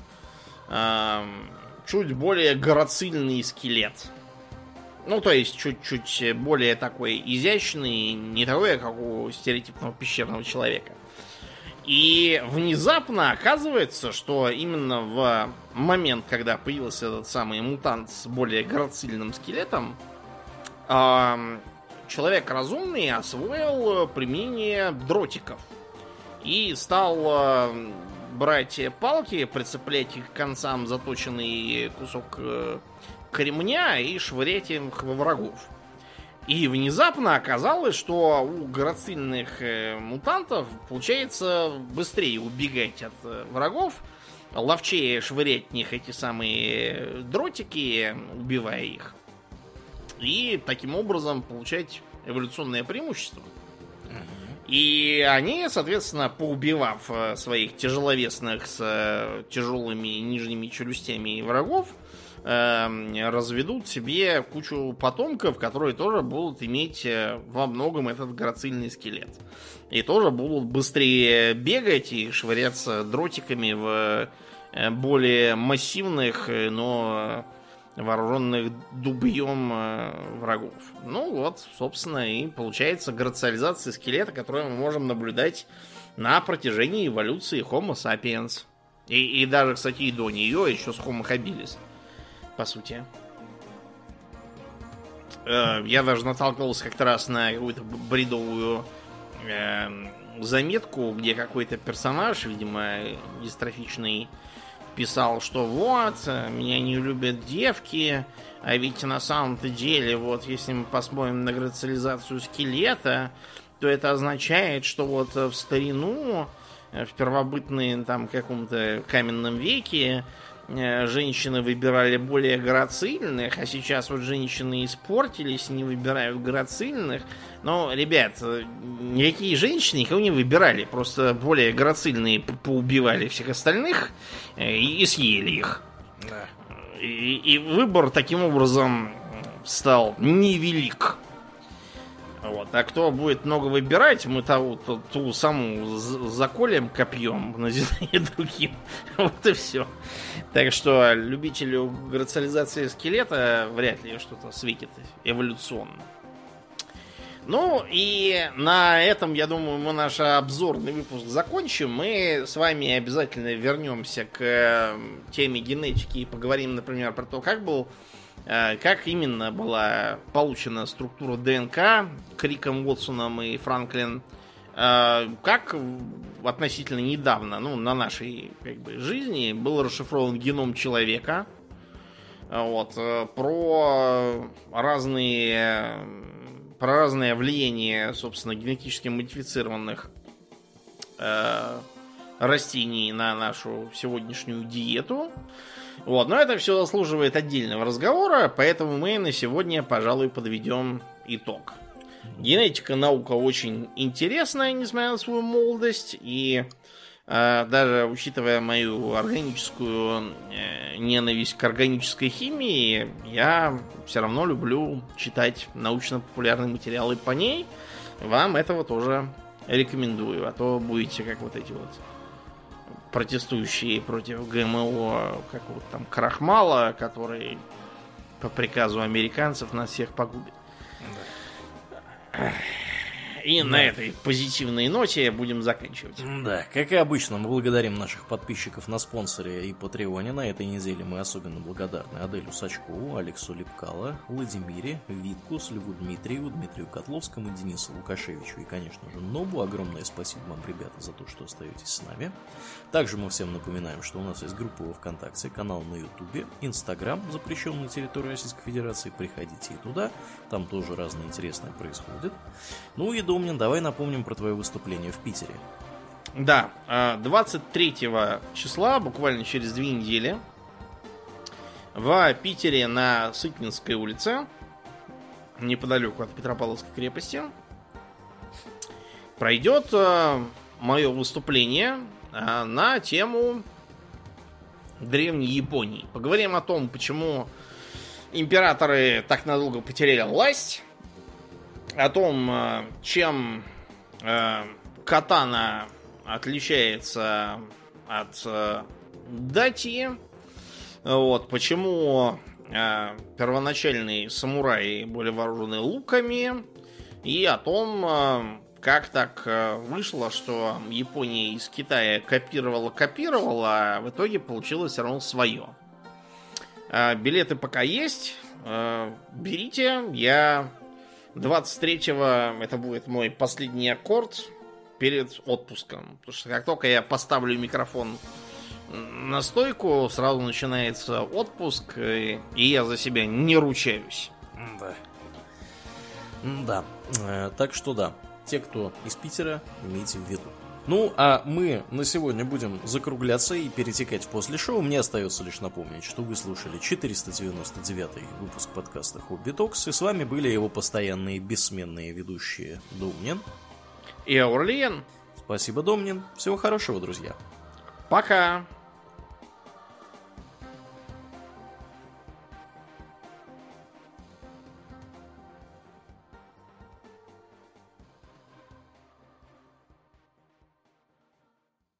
чуть более грацильный скелет. Ну, то есть, чуть-чуть более такой изящный, не такой, как у стереотипного пещерного человека. И внезапно оказывается, что именно в момент, когда появился этот самый мутант с более грацильным скелетом, человек разумный освоил применение дротиков. И стал брать палки, прицеплять их к концам заточенный кусок кремня и швырять их во врагов. И внезапно оказалось, что у грацильных мутантов получается быстрее убегать от врагов, ловчее швырять в них эти самые дротики, убивая их. И таким образом получать эволюционное преимущество. И они, соответственно, поубивав своих тяжеловесных с тяжелыми нижними челюстями врагов, разведут себе кучу потомков, которые тоже будут иметь во многом этот грацильный скелет. И тоже будут быстрее бегать и швыряться дротиками в более массивных, но вооруженных дубьем врагов. Ну вот, собственно, и получается грациализация скелета, которую мы можем наблюдать на протяжении эволюции Homo sapiens. И даже, кстати, и до нее еще с Homo habilis. По сути. Я даже натолкнулся как-то раз на какую-то бредовую заметку, где какой-то персонаж, видимо, дистрофичный, писал, что вот, меня не любят девки, а ведь на самом-то деле, вот, если мы посмотрим на грациализацию скелета, то это означает, что вот в старину, в первобытные там каком-то каменном веке, женщины выбирали более грацильных, а сейчас вот женщины испортились, не выбирают грацильных. Но, ребят, никакие женщины никого не выбирали, просто более грацильные поубивали всех остальных и съели их. Да. И выбор таким образом стал невелик. Вот. А кто будет много выбирать, мы ту саму заколем копьем в назидание другим. Вот и все. Так что любителю грациализации скелета вряд ли что-то светит эволюционно. Ну и на этом, я думаю, мы наш обзорный выпуск закончим. Мы с вами обязательно вернемся к теме генетики и поговорим, например, про то, как именно была получена структура ДНК Криком, Уотсоном и Франклин, как относительно недавно, на нашей жизни был расшифрован геном человека. Вот, про разные влияния, собственно, генетически модифицированных растений на нашу сегодняшнюю диету. Вот, но это все заслуживает отдельного разговора, поэтому мы на сегодня, пожалуй, подведем итог. Генетика наука очень интересная, несмотря на свою молодость, и даже учитывая мою органическую ненависть к органической химии, я все равно люблю читать научно-популярные материалы по ней. Вам этого тоже рекомендую, а то будете как вот эти вот протестующие против ГМО, как вот там Крахмала, который по приказу американцев нас всех погубит. И на этой позитивной ноте будем заканчивать. Да, как и обычно, мы благодарим наших подписчиков на спонсоре и Патреоне. На этой неделе мы особенно благодарны Аделю Сачкову, Алексу Лепкало, Владимире, Виткус, Льву Дмитриеву, Дмитрию Котловскому, Денису Лукашевичу и, конечно же, Нобу. Огромное спасибо вам, ребята, за то, что остаетесь с нами. Также мы всем напоминаем, что у нас есть группа во ВКонтакте, канал на Ютубе, Инстаграм, запрещенный на территории Российской Федерации. Приходите и туда, там тоже разное интересное происходит. Ну и, Домнин, давай напомним про твое выступление в Питере. Да, 23 числа, буквально через 2 недели, в Питере на Сытнинской улице, неподалеку от Петропавловской крепости, пройдет мое выступление на тему Древней Японии. Поговорим о том, почему императоры так надолго потеряли власть, о том, чем катана отличается от дати, вот, почему первоначальные самураи были вооружены луками, и о том, как так вышло, что Япония из Китая копировала, а в итоге получилось все равно свое. Билеты пока есть, берите. Я 23-го, это будет мой последний аккорд перед отпуском. Потому что как только я поставлю микрофон на стойку, сразу начинается отпуск, и я за себя не ручаюсь. Да. Так что да, те, кто из Питера, имейте в виду. Ну, а мы на сегодня будем закругляться и перетекать в после шоу. Мне остается лишь напомнить, что вы слушали 499-й выпуск подкаста Хобби Токс, и с вами были его постоянные бессменные ведущие Домнин и Аурлиен. Спасибо, Домнин. Всего хорошего, друзья. Пока.